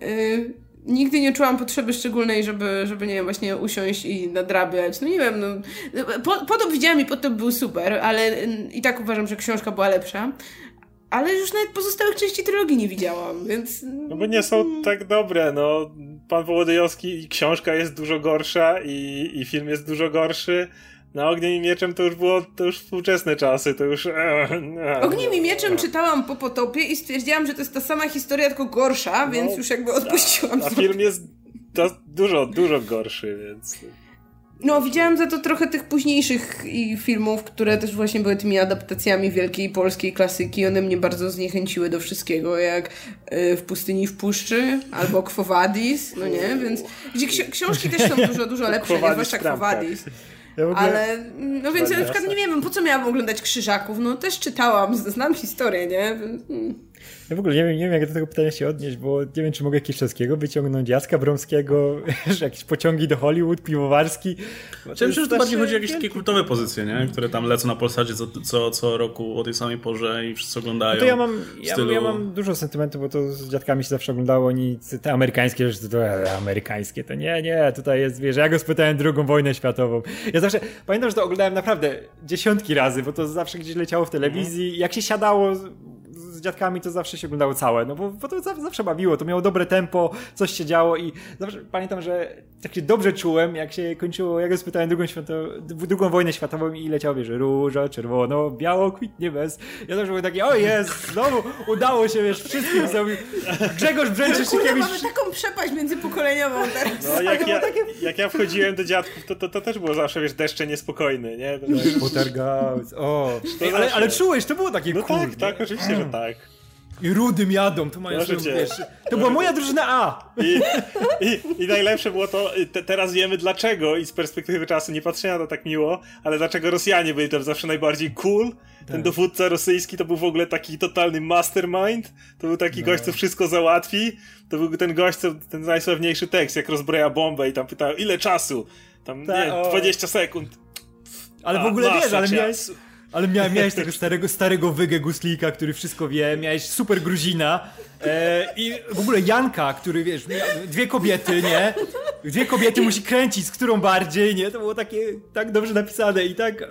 Nigdy nie czułam potrzeby szczególnej, żeby nie wiem, właśnie usiąść i nadrabiać. No nie wiem, no. Potop widziałam i Potop był super, ale i tak uważam, że książka była lepsza. Ale już nawet pozostałych części trylogii nie widziałam, więc... No bo nie są tak dobre, no. Pan Wołodyjowski, książka jest dużo gorsza i film jest dużo gorszy. Na Ogniem i Mieczem to już współczesne czasy, to już... Ogniem i Mieczem czytałam po Potopie i stwierdziłam, że to jest ta sama historia, tylko gorsza, więc już jakby odpuściłam. A film jest dużo gorszy, więc... No, widziałam za to trochę tych późniejszych filmów, które też właśnie były tymi adaptacjami wielkiej polskiej klasyki. One mnie bardzo zniechęciły do wszystkiego, jak W pustyni i w puszczy, albo Quo Vadis, no nie? Więc gdzie książki też są dużo lepsze, nie? Zwłaszcza Quo Vadis. Ja ogóle... Ale, no więc ja na przykład nie wiem, po co miałam oglądać Krzyżaków? No też czytałam, znam historię, nie? Ja w ogóle nie wiem, jak do tego pytania się odnieść, bo nie wiem, czy mogę Kiszewskiego wyciągnąć, Jacka Bromskiego, jakieś pociągi do Hollywood, piwowarski. Myślę, że to bardziej chodzi o jakieś takie kultowe pozycje, nie? Które tam lecą na Polsacie co roku o tej samej porze i wszyscy oglądają. No to ja mam dużo sentymentu, bo to z dziadkami się zawsze oglądało, te amerykańskie rzeczy, to amerykańskie, to nie, tutaj jest, wiesz, ja go spytałem II wojnę światową. Ja zawsze, pamiętam, że to oglądałem naprawdę dziesiątki razy, bo to zawsze gdzieś leciało w telewizji, jak się siadało z dziadkami, to zawsze się oglądało całe, no bo to zawsze bawiło, to miało dobre tempo, coś się działo i zawsze pamiętam, że tak się dobrze czułem, jak się kończyło, ja go spytałem II wojnę światową i leciało, wiesz, róża, czerwono, biało, kwitnie bez. Ja zawsze byłem taki, o jest, znowu udało się, wiesz, wszystkim zrobił. Grzegorz Brzęczyszkiewicz. Mamy taką przepaść międzypokoleniową teraz. No, jak ja wchodziłem do dziadków, to też było zawsze, wiesz, deszcze niespokojny, nie? Poltergeist, ale czułeś, to było takie no cool. Tak, oczywiście, że tak. I Rudym jadą, to mają wiesz, to była moja drużyna A. I najlepsze było to, teraz wiemy dlaczego i z perspektywy czasu nie patrzę na to tak miło, ale dlaczego Rosjanie byli tam zawsze najbardziej cool. Ten dowódca rosyjski to był w ogóle taki totalny mastermind, to był taki gość, co wszystko załatwi, to był ten gość, co ten najsławniejszy tekst, jak rozbroja bombę i tam pytał, ile czasu? Tam, 20 sekund. Ale w ogóle wiesz, miałeś tego starego wygę Guslika, który wszystko wie, miałeś super Gruzina i w ogóle Janka, który, wiesz, dwie kobiety, nie? Dwie kobiety musi kręcić, z którą bardziej, nie? To było takie tak dobrze napisane i tak...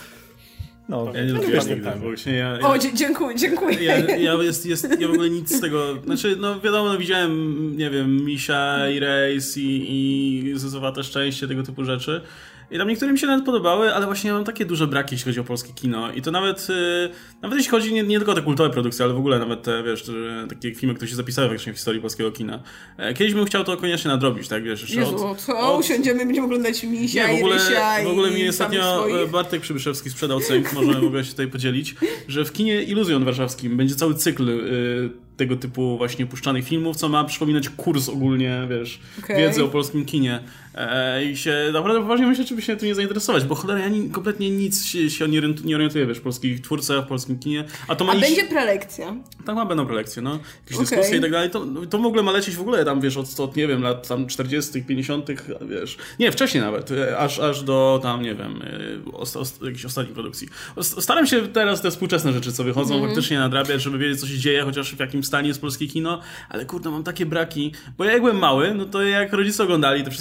No, ja nie lubię nigdy, bo właśnie dziękuję. Ja w ogóle nic z tego, znaczy, no wiadomo, no, widziałem, nie wiem, Misia i Rejs i Zezowate Szczęście, tego typu rzeczy. I tam niektóre mi się nawet podobały, ale właśnie ja mam takie duże braki, jeśli chodzi o polskie kino. I to nawet jeśli chodzi nie tylko o te kultowe produkcje, ale w ogóle nawet te, wiesz, takie filmy, które się zapisały w historii polskiego kina. Kiedyś bym chciał to koniecznie nadrobić, tak, wiesz. Jezu, usiądziemy, będziemy oglądać Misia i Rysia w ogóle mi ostatnio Bartek Przybyszewski sprzedał cynk, możemy w ogóle się tutaj podzielić, że w kinie Iluzjon warszawskim będzie cały cykl tego typu właśnie puszczanych filmów, co ma przypominać kurs ogólnie, wiesz, wiedzy o polskim kinie. I się naprawdę poważnie myślę, czy by się tym nie zainteresować, bo cholera, ja kompletnie nic się nie orientuję, wiesz, w polskich twórcach, w polskim kinie. A będzie prelekcja? Tak, będą prelekcje, no. Jakieś dyskusje i tak dalej. To w ogóle ma lecieć w ogóle tam, wiesz, od nie wiem, lat tam 40., 50., wiesz. Nie, wcześniej nawet. Aż do tam, nie wiem, jakichś ostatnich produkcji. Staram się teraz te współczesne rzeczy, co wychodzą, faktycznie nadrabiać, żeby wiedzieć, co się dzieje, chociaż w jakim stanie jest polskie kino, ale kurde, mam takie braki, bo ja jak byłem mały, no to jak rodzice oglądali te wszystkie rzeczy,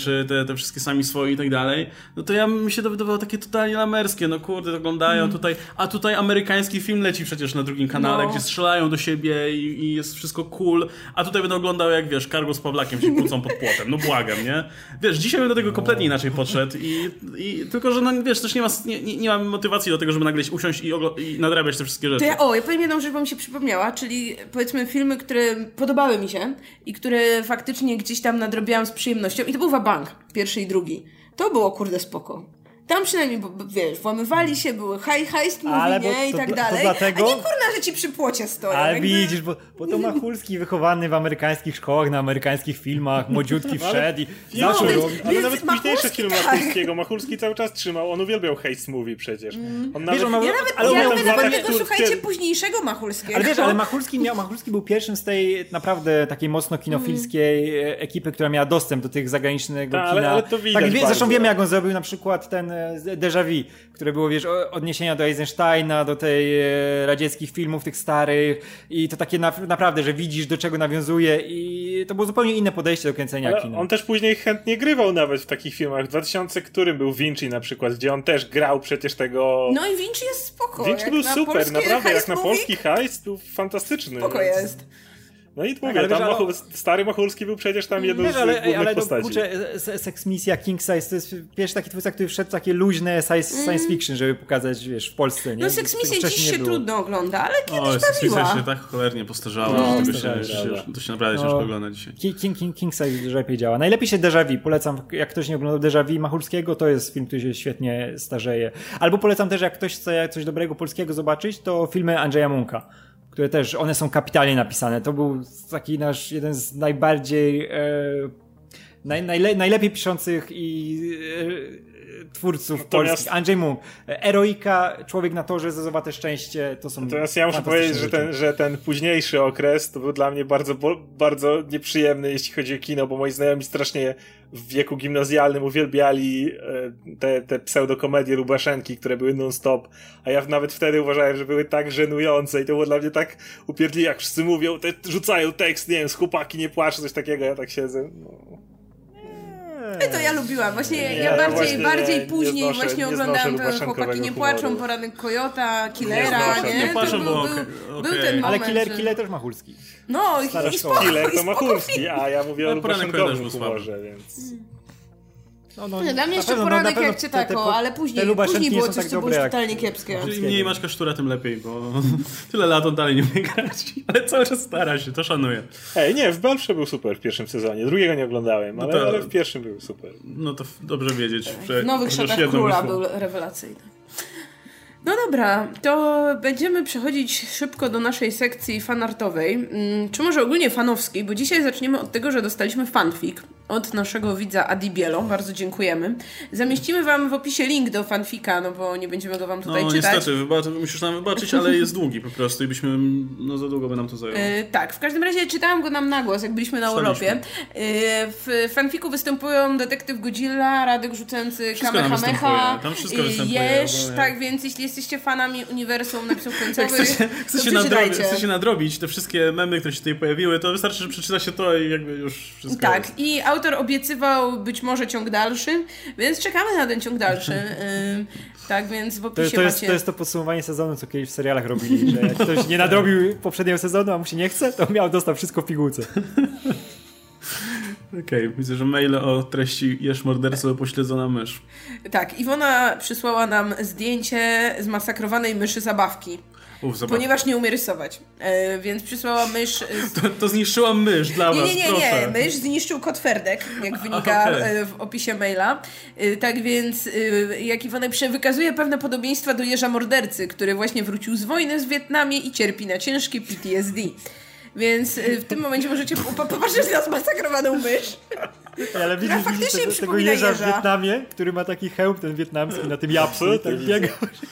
czy te wszystkie sami swoi i tak dalej, no to mi się to wydawało takie totalnie lamerskie, no kurde, to oglądają tutaj, a tutaj amerykański film leci przecież na drugim kanale, gdzie strzelają do siebie i jest wszystko cool, a tutaj będę oglądał jak, wiesz, Kargo z Pawlakiem się kłócą pod płotem, no błagam, nie? Wiesz, dzisiaj bym do tego kompletnie inaczej podszedł i tylko, że no wiesz, też nie mam motywacji do tego, żeby nagle usiąść i nadrabiać te wszystkie rzeczy. To ja powiem jedną rzecz, bo mi się przypomniała, czyli powiedzmy filmy, które podobały mi się i które faktycznie gdzieś tam nadrobiłam z przyjemnością i to był Wabank, pierwszy i drugi. To było kurde spoko. Tam przynajmniej, wiesz, włamywali się, były heist movie, nie? I tak dalej. Dlatego... A nie kurna, że ci przy płocie stoją. Ale jakby... widzisz, bo to Machulski wychowany w amerykańskich szkołach, na amerykańskich filmach, młodziutki wszedł i zaczął robić. Ale nawet późniejsze filmy Machulskiego, Machulski cały czas trzymał, on uwielbiał heist movie przecież. On nawet, ja lubię nawet tego, słuchajcie, późniejszego Machulskiego. Ale wiesz, ale Machulski był pierwszym z tej naprawdę takiej mocno kinofilskiej ekipy, która miała dostęp do tych zagranicznego kina. Ale to widać tak, zresztą wiemy, jak on zrobił na przykład ten Déjà Vu, które było, wiesz, odniesienia do Eisensteina, do tej radzieckich filmów, tych starych i to takie naprawdę, że widzisz, do czego nawiązuje i to było zupełnie inne podejście do kręcenia kina. On też później chętnie grywał nawet w takich filmach. W 2000 którym był Vinci na przykład, gdzie on też grał przecież tego... No i Vinci jest spoko. Vinci był super, naprawdę, jak na polski heist był fantastyczny. Spoko jest. No i mówię, tam stary Machulski był przecież tam jedną z głównych postaci. Kurczę, Sex Misja, King Size to jest pierwszy taki twórca, który wszedł w takie luźne science fiction, żeby pokazać, wiesz, w Polsce. Nie? No Sex Misja dziś się trudno ogląda, ale kiedyś bawiła. Sex Misja się tak cholernie postarzała, że to się naprawdę ciężko ogląda dzisiaj. King Size lepiej działa. Najlepiej się Déjà Vu. Polecam, jak ktoś nie oglądał Déjà Vu Machulskiego, to jest film, który się świetnie starzeje. Albo polecam też, jak ktoś chce coś dobrego polskiego zobaczyć, to filmy Andrzeja Munka, które też, one są kapitalnie napisane. To był taki nasz, jeden z najbardziej najlepiej piszących i twórców polskich. Andrzej Munk. Eroika, Człowiek na torze, Zezowate szczęście, to są... Natomiast ja muszę powiedzieć, że ten późniejszy okres to był dla mnie bardzo, bardzo nieprzyjemny, jeśli chodzi o kino, bo moi znajomi strasznie w wieku gimnazjalnym uwielbiali te pseudokomedie Lubaszenki, które były non-stop, a ja nawet wtedy uważałem, że były tak żenujące i to było dla mnie tak upierdliwe, jak wszyscy mówią, rzucają tekst, nie wiem, z chłopaki nie płaczą, coś takiego, ja tak siedzę, To ja lubiłam. Właśnie ja bardziej później właśnie oglądałam te Chłopaki nie płaczą, Poranek Kojota, Killera, nie? Nie płaczą, był ten moment. Ale Killer też Machulski. No i spoko. Killer to Machulski, a ja mówię o Lubaszenkowym humorze, więc... Dla mnie jeszcze Poranek jak cię ale później było coś, co było już totalnie kiepskie. Im mniej Maćka Sztura, tym lepiej, bo tyle lat on dalej nie umie grać, ale cały czas stara się, to szanuję. Nie, w Belfrze był super w pierwszym sezonie, drugiego nie oglądałem, ale w pierwszym był super. No to dobrze wiedzieć. W Nowych Szatach Króla był rewelacyjny. No dobra, to będziemy przechodzić szybko do naszej sekcji fanartowej, czy może ogólnie fanowskiej, bo dzisiaj zaczniemy od tego, że dostaliśmy fanfic od naszego widza Adi Bielo, bardzo dziękujemy. Zamieścimy wam w opisie link do fanfika, no bo nie będziemy go wam tutaj czytać. No niestety, musisz nam wybaczyć, ale jest długi po prostu i byśmy, za długo by nam to zajęło. Tak, w każdym razie czytałam go nam na głos, jak byliśmy na urlopie. W fanfiku występują Detektyw Godzilla, Radek Rzucający Kamehameha, tam wszystko występuje. Tak więc jeśli jesteście fanami uniwersum napisów końcowych, chce się nadrobić te wszystkie memy, które się tutaj pojawiły, to wystarczy, że przeczyta się to i jakby już wszystko tak, jest. I autor obiecywał być może ciąg dalszy, więc czekamy na ten ciąg dalszy. Tak, więc w opisie macie... To jest to podsumowanie sezonu, co kiedyś w serialach robili, że jak ktoś nie nadrobił poprzedniego sezonu, a mu się nie chce, to dostał wszystko w pigułce. Okej, widzę, że maile o treści Jesz mordercę pośledzona mysz. Tak, Iwona przysłała nam zdjęcie zmasakrowanej myszy zabawki. Ponieważ nie umie rysować. Więc przysłała mysz... To zniszczyłam mysz dla was, Nie. Mysz zniszczył kot Ferdek, jak wynika w opisie maila. Tak więc jak Iwona wykazuje pewne podobieństwa do Jerza Mordercy, który właśnie wrócił z wojny w Wietnamie i cierpi na ciężkie PTSD. Więc w tym momencie możecie popatrzeć na zmasakrowaną mysz. Ale widzisz tego Jerza w Wietnamie, który ma taki hełm ten wietnamski na tym japsu. Tak biega.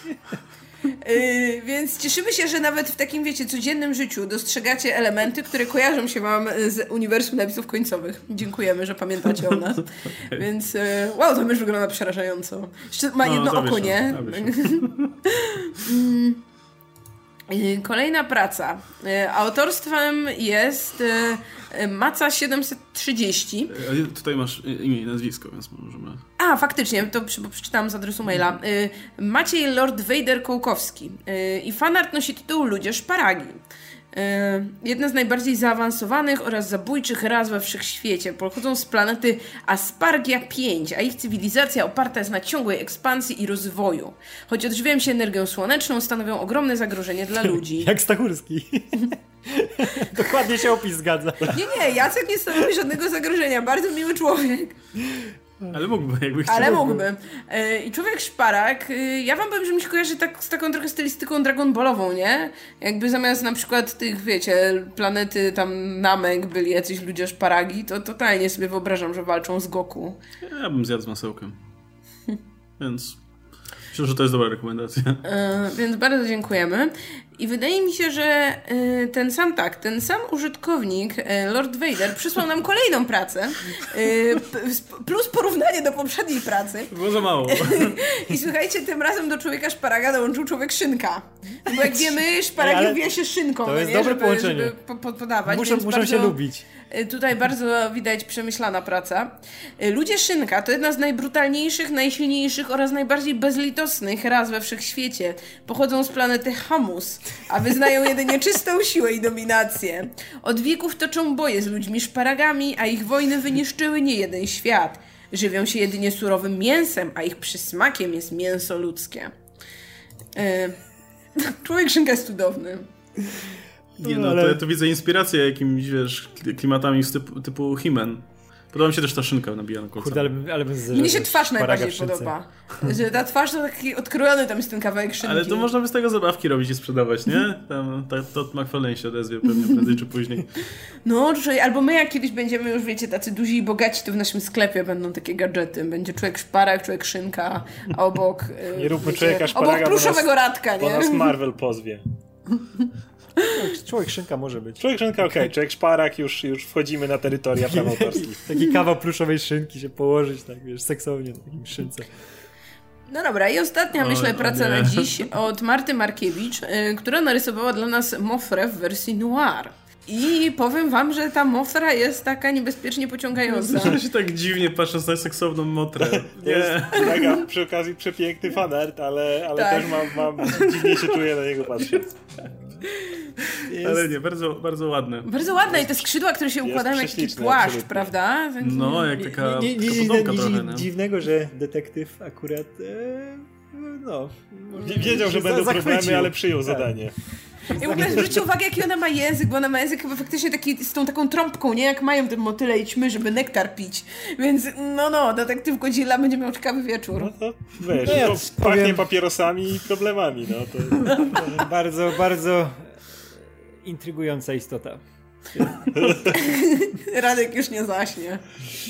Więc cieszymy się, że nawet w takim, wiecie, codziennym życiu dostrzegacie elementy, które kojarzą się wam z uniwersum napisów końcowych. Dziękujemy, że pamiętacie o nas. Więc wow, to mysz wygląda przerażająco. Jeszcze ma jedno oko, nie? Kolejna praca. Autorstwem jest Maca 730. Tutaj masz imię i nazwisko, więc możemy... Faktycznie, to bo przeczytałam z adresu maila. Maciej Lord Vader Kołkowski. I fanart nosi tytuł Ludzie Szparagi. Jedna z najbardziej zaawansowanych oraz zabójczych ras we wszechświecie. Pochodzą z planety Aspargia 5, a ich cywilizacja oparta jest na ciągłej ekspansji i rozwoju. Choć odżywiają się energią słoneczną, stanowią ogromne zagrożenie dla ludzi. Jak Stachurski. Dokładnie się opis zgadza. Nie, Jacek nie stanowi żadnego zagrożenia. Bardzo miły człowiek. Ale mógłby, jakby chciał. Ale mógłby. I człowiek szparak, ja wam powiem, że mi się kojarzy tak z taką trochę stylistyką Dragon Ballową, nie? Jakby zamiast na przykład tych, wiecie, planety tam Namek byli jacyś ludzie szparagi, to totalnie sobie wyobrażam, że walczą z Goku. Ja bym zjadł z masełkiem. Więc myślę, że to jest dobra rekomendacja. Więc bardzo dziękujemy. I wydaje mi się, że ten sam użytkownik, Lord Vader, przysłał nam kolejną pracę, plus porównanie do poprzedniej pracy. Było za mało. I słuchajcie, tym razem do człowieka szparaga dołączył człowiek szynka. Bo jak wiemy, szparagi odbija się szynką. To jest dobre połączenie. Żeby podawać. Muszą się lubić. Tutaj bardzo widać przemyślana praca. Ludzie szynka to jedna z najbrutalniejszych, najsilniejszych oraz najbardziej bezlitosnych ras we wszechświecie. Pochodzą z planety Hamus, a wyznają jedynie czystą siłę i dominację. Od wieków toczą boje z ludźmi szparagami, a ich wojny wyniszczyły niejeden świat. Żywią się jedynie surowym mięsem, a ich przysmakiem jest mięso ludzkie. Człowiek szynka jest cudowny. Nie, no, to widzę inspirację jakimiś, wiesz, klimatami typu He-Man. Podoba mi się też ta szynka nabijana kolcami. Kurde, ale mnie się twarz najbardziej podoba. Że ta twarz to taki odkrojony tam jest ten kawałek szynki. Ale to można by z tego zabawki robić i sprzedawać, nie? Tam Todd McFarlane się odezwie pewnie prędzej czy później. No, albo my jak kiedyś będziemy już, wiecie, tacy duzi i bogaci, to w naszym sklepie będą takie gadżety. Będzie człowiek szparak, człowiek szynka, a obok... nie róbmy człowieka szparaga, obok pluszowego Radka, nie? Bo nas Marvel pozwie. Człowiek szynka może być. Człowiek szynka, okej. Człowiek szparak, już wchodzimy na terytoria praw autorskich. Taki kawał pluszowej szynki się położyć, tak wiesz, seksownie na takim szynce. No dobra, i ostatnia, myślę, praca na dziś od Marty Markiewicz, która narysowała dla nas Mofrę w wersji noir. I powiem wam, że ta Mothra jest taka niebezpiecznie pociągająca. Zawsze się tak dziwnie patrząc na seksowną Motrę. To jest mega, przy okazji przepiękny fanart, ale tak. Też dziwnie się czuję na niego patrząc. Ale nie, bardzo, bardzo ładne. Bardzo ładne i te skrzydła, które się układają jak taki płaszcz, absolutnie. Prawda? No, jak taka nic dziwnego, że detektyw akurat wiedział, że będą problemy, ale przyjął zadanie. I w ogóle zwróćcie uwagę, jaki ona ma język, bo ona ma język chyba faktycznie taki z tą taką trąbką, nie? Jak mają te motyle i ćmy, żeby nektar pić. Więc detektyw Godzilla będzie miał ciekawy wieczór. No to wiesz, pachnie papierosami i problemami, no to... Bardzo, bardzo intrygująca istota. Radek już nie zaśnie.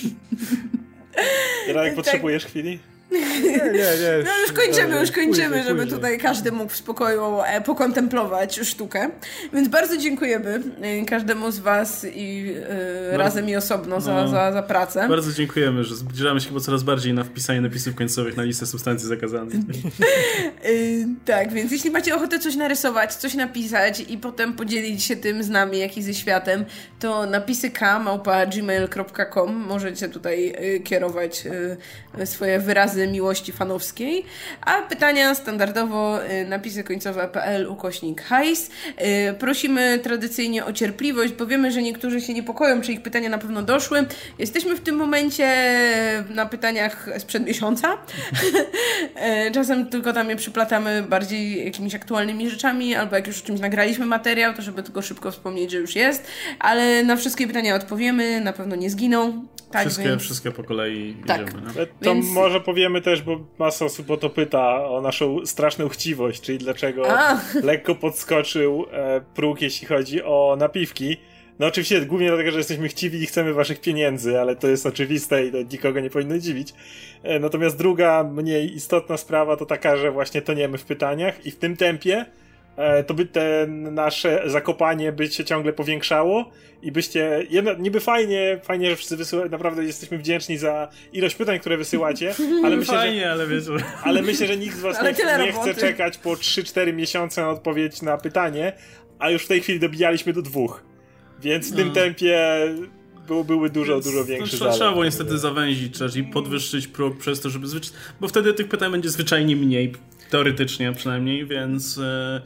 Radek, potrzebujesz chwili? Nie. No już kończymy, żeby tutaj każdy mógł w spokoju pokontemplować sztukę. Więc bardzo dziękujemy każdemu z was i razem i osobno za pracę. Bardzo dziękujemy, że zbliżamy się chyba coraz bardziej na wpisanie napisów końcowych na listę substancji zakazanych. Tak, więc jeśli macie ochotę coś narysować, coś napisać i potem podzielić się tym z nami, jak i ze światem, to napisy@gmail.com możecie tutaj kierować swoje wyrazy miłości fanowskiej, a pytania standardowo napisykońcowe.pl/hajs. Prosimy tradycyjnie o cierpliwość, bo wiemy, że niektórzy się niepokoją, czy ich pytania na pewno doszły. Jesteśmy w tym momencie na pytaniach sprzed miesiąca. Czasem tylko tam je przyplatamy bardziej jakimiś aktualnymi rzeczami, albo jak już o czymś nagraliśmy materiał, to żeby tylko szybko wspomnieć, że już jest, ale na wszystkie pytania odpowiemy, na pewno nie zginą. Tak, wszystkie po kolei tak. idziemy. No. To może powiemy też, bo masa osób o to pyta, o naszą straszną chciwość, czyli dlaczego lekko podskoczył próg, jeśli chodzi o napiwki. No oczywiście głównie dlatego, że jesteśmy chciwi i chcemy waszych pieniędzy, ale to jest oczywiste i to nikogo nie powinno dziwić. Natomiast druga, mniej istotna sprawa to taka, że właśnie toniemy w pytaniach i w tym tempie to by te nasze zakopanie by się ciągle powiększało i byście, niby fajnie, że wszyscy wysyłają, naprawdę jesteśmy wdzięczni za ilość pytań, które wysyłacie, ale myślę, fajnie, ale myślę, że nikt z was nie chce czekać po 3-4 miesiące na odpowiedź na pytanie, a już w tej chwili dobijaliśmy do 2. Więc w tym tempie były dużo większe zalew. Trzeba było niestety zawęzić i podwyższyć próg przez to, żeby bo wtedy tych pytań będzie zwyczajnie mniej, teoretycznie przynajmniej, więc...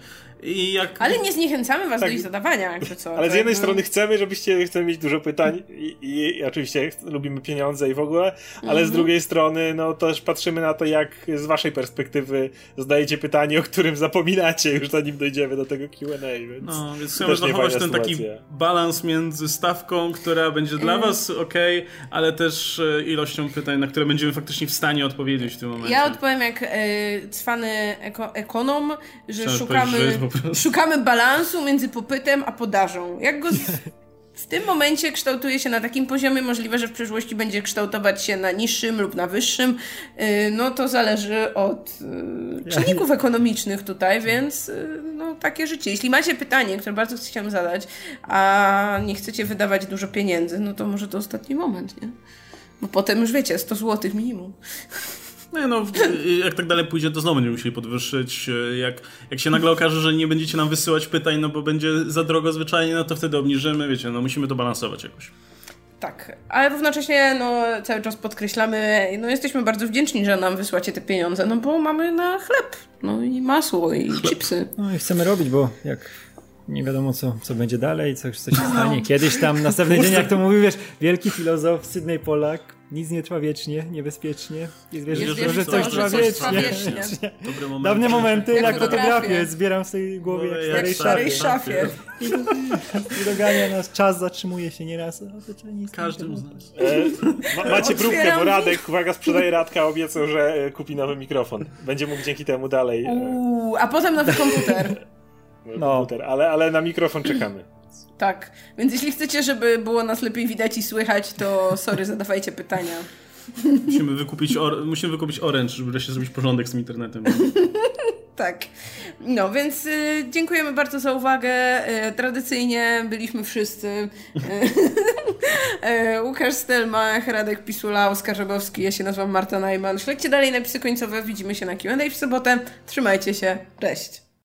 Ale nie zniechęcamy was do ich zadawania, jakby co. Ale z jednej strony chcemy mieć dużo pytań i oczywiście lubimy pieniądze i w ogóle, ale z drugiej strony no też patrzymy na to, jak z waszej perspektywy zadajecie pytanie, o którym zapominacie już zanim dojdziemy do tego Q&A, więc chcemy zachować ten taki balans między stawką, która będzie dla was okej, ale też ilością pytań, na które będziemy faktycznie w stanie odpowiedzieć w tym momencie. Ja odpowiem jak cwany ekonom, że szukamy balansu między popytem a podażą. Jak go w tym momencie kształtuje się na takim poziomie, możliwe, że w przyszłości będzie kształtować się na niższym lub na wyższym, no to zależy od czynników ekonomicznych tutaj, więc no takie życie. Jeśli macie pytanie, które bardzo chciałam zadać, a nie chcecie wydawać dużo pieniędzy, no to może to ostatni moment, nie? Bo potem już wiecie, 100 zł minimum. Jak tak dalej pójdzie, to znowu będziemy musieli podwyższyć. Jak się nagle okaże, że nie będziecie nam wysyłać pytań, no bo będzie za drogo zwyczajnie, no to wtedy obniżymy, wiecie, no musimy to balansować jakoś. Tak, ale równocześnie cały czas podkreślamy, jesteśmy bardzo wdzięczni, że nam wysłacie te pieniądze, no bo mamy na chleb, i masło, i chipsy. No i chcemy robić, bo jak nie wiadomo co będzie dalej, co się stanie. Kiedyś tam, następny dzień, jak to mówił, wielki filozof Sydney Pollack, nic nie trwa wiecznie, niebezpiecznie. Jest wierzyć, że coś trwa wiecznie. Dawne momenty, jak fotografię, zbieram w swojej głowie jak w starej szafie. I dogania nas, czas zatrzymuje się nieraz. Każdym z nas. Macie próbkę, bo Radek, uwaga, sprzedaje Radka, obiecał, że kupi nowy mikrofon. Będzie mógł dzięki temu dalej. A potem nowy komputer. Komputer, ale na mikrofon czekamy. Tak, więc jeśli chcecie, żeby było nas lepiej widać i słychać, to zadawajcie pytania. Musimy wykupić Orange, żeby wreszcie zrobić porządek z tym internetem. Tak. Więc dziękujemy bardzo za uwagę. Tradycyjnie byliśmy wszyscy. Łukasz Stelmach, Radek Pisula, Oskar Żabowski, ja się nazywam Marta Najman. Śledźcie dalej napisy końcowe, widzimy się na Q&A w sobotę. Trzymajcie się, cześć.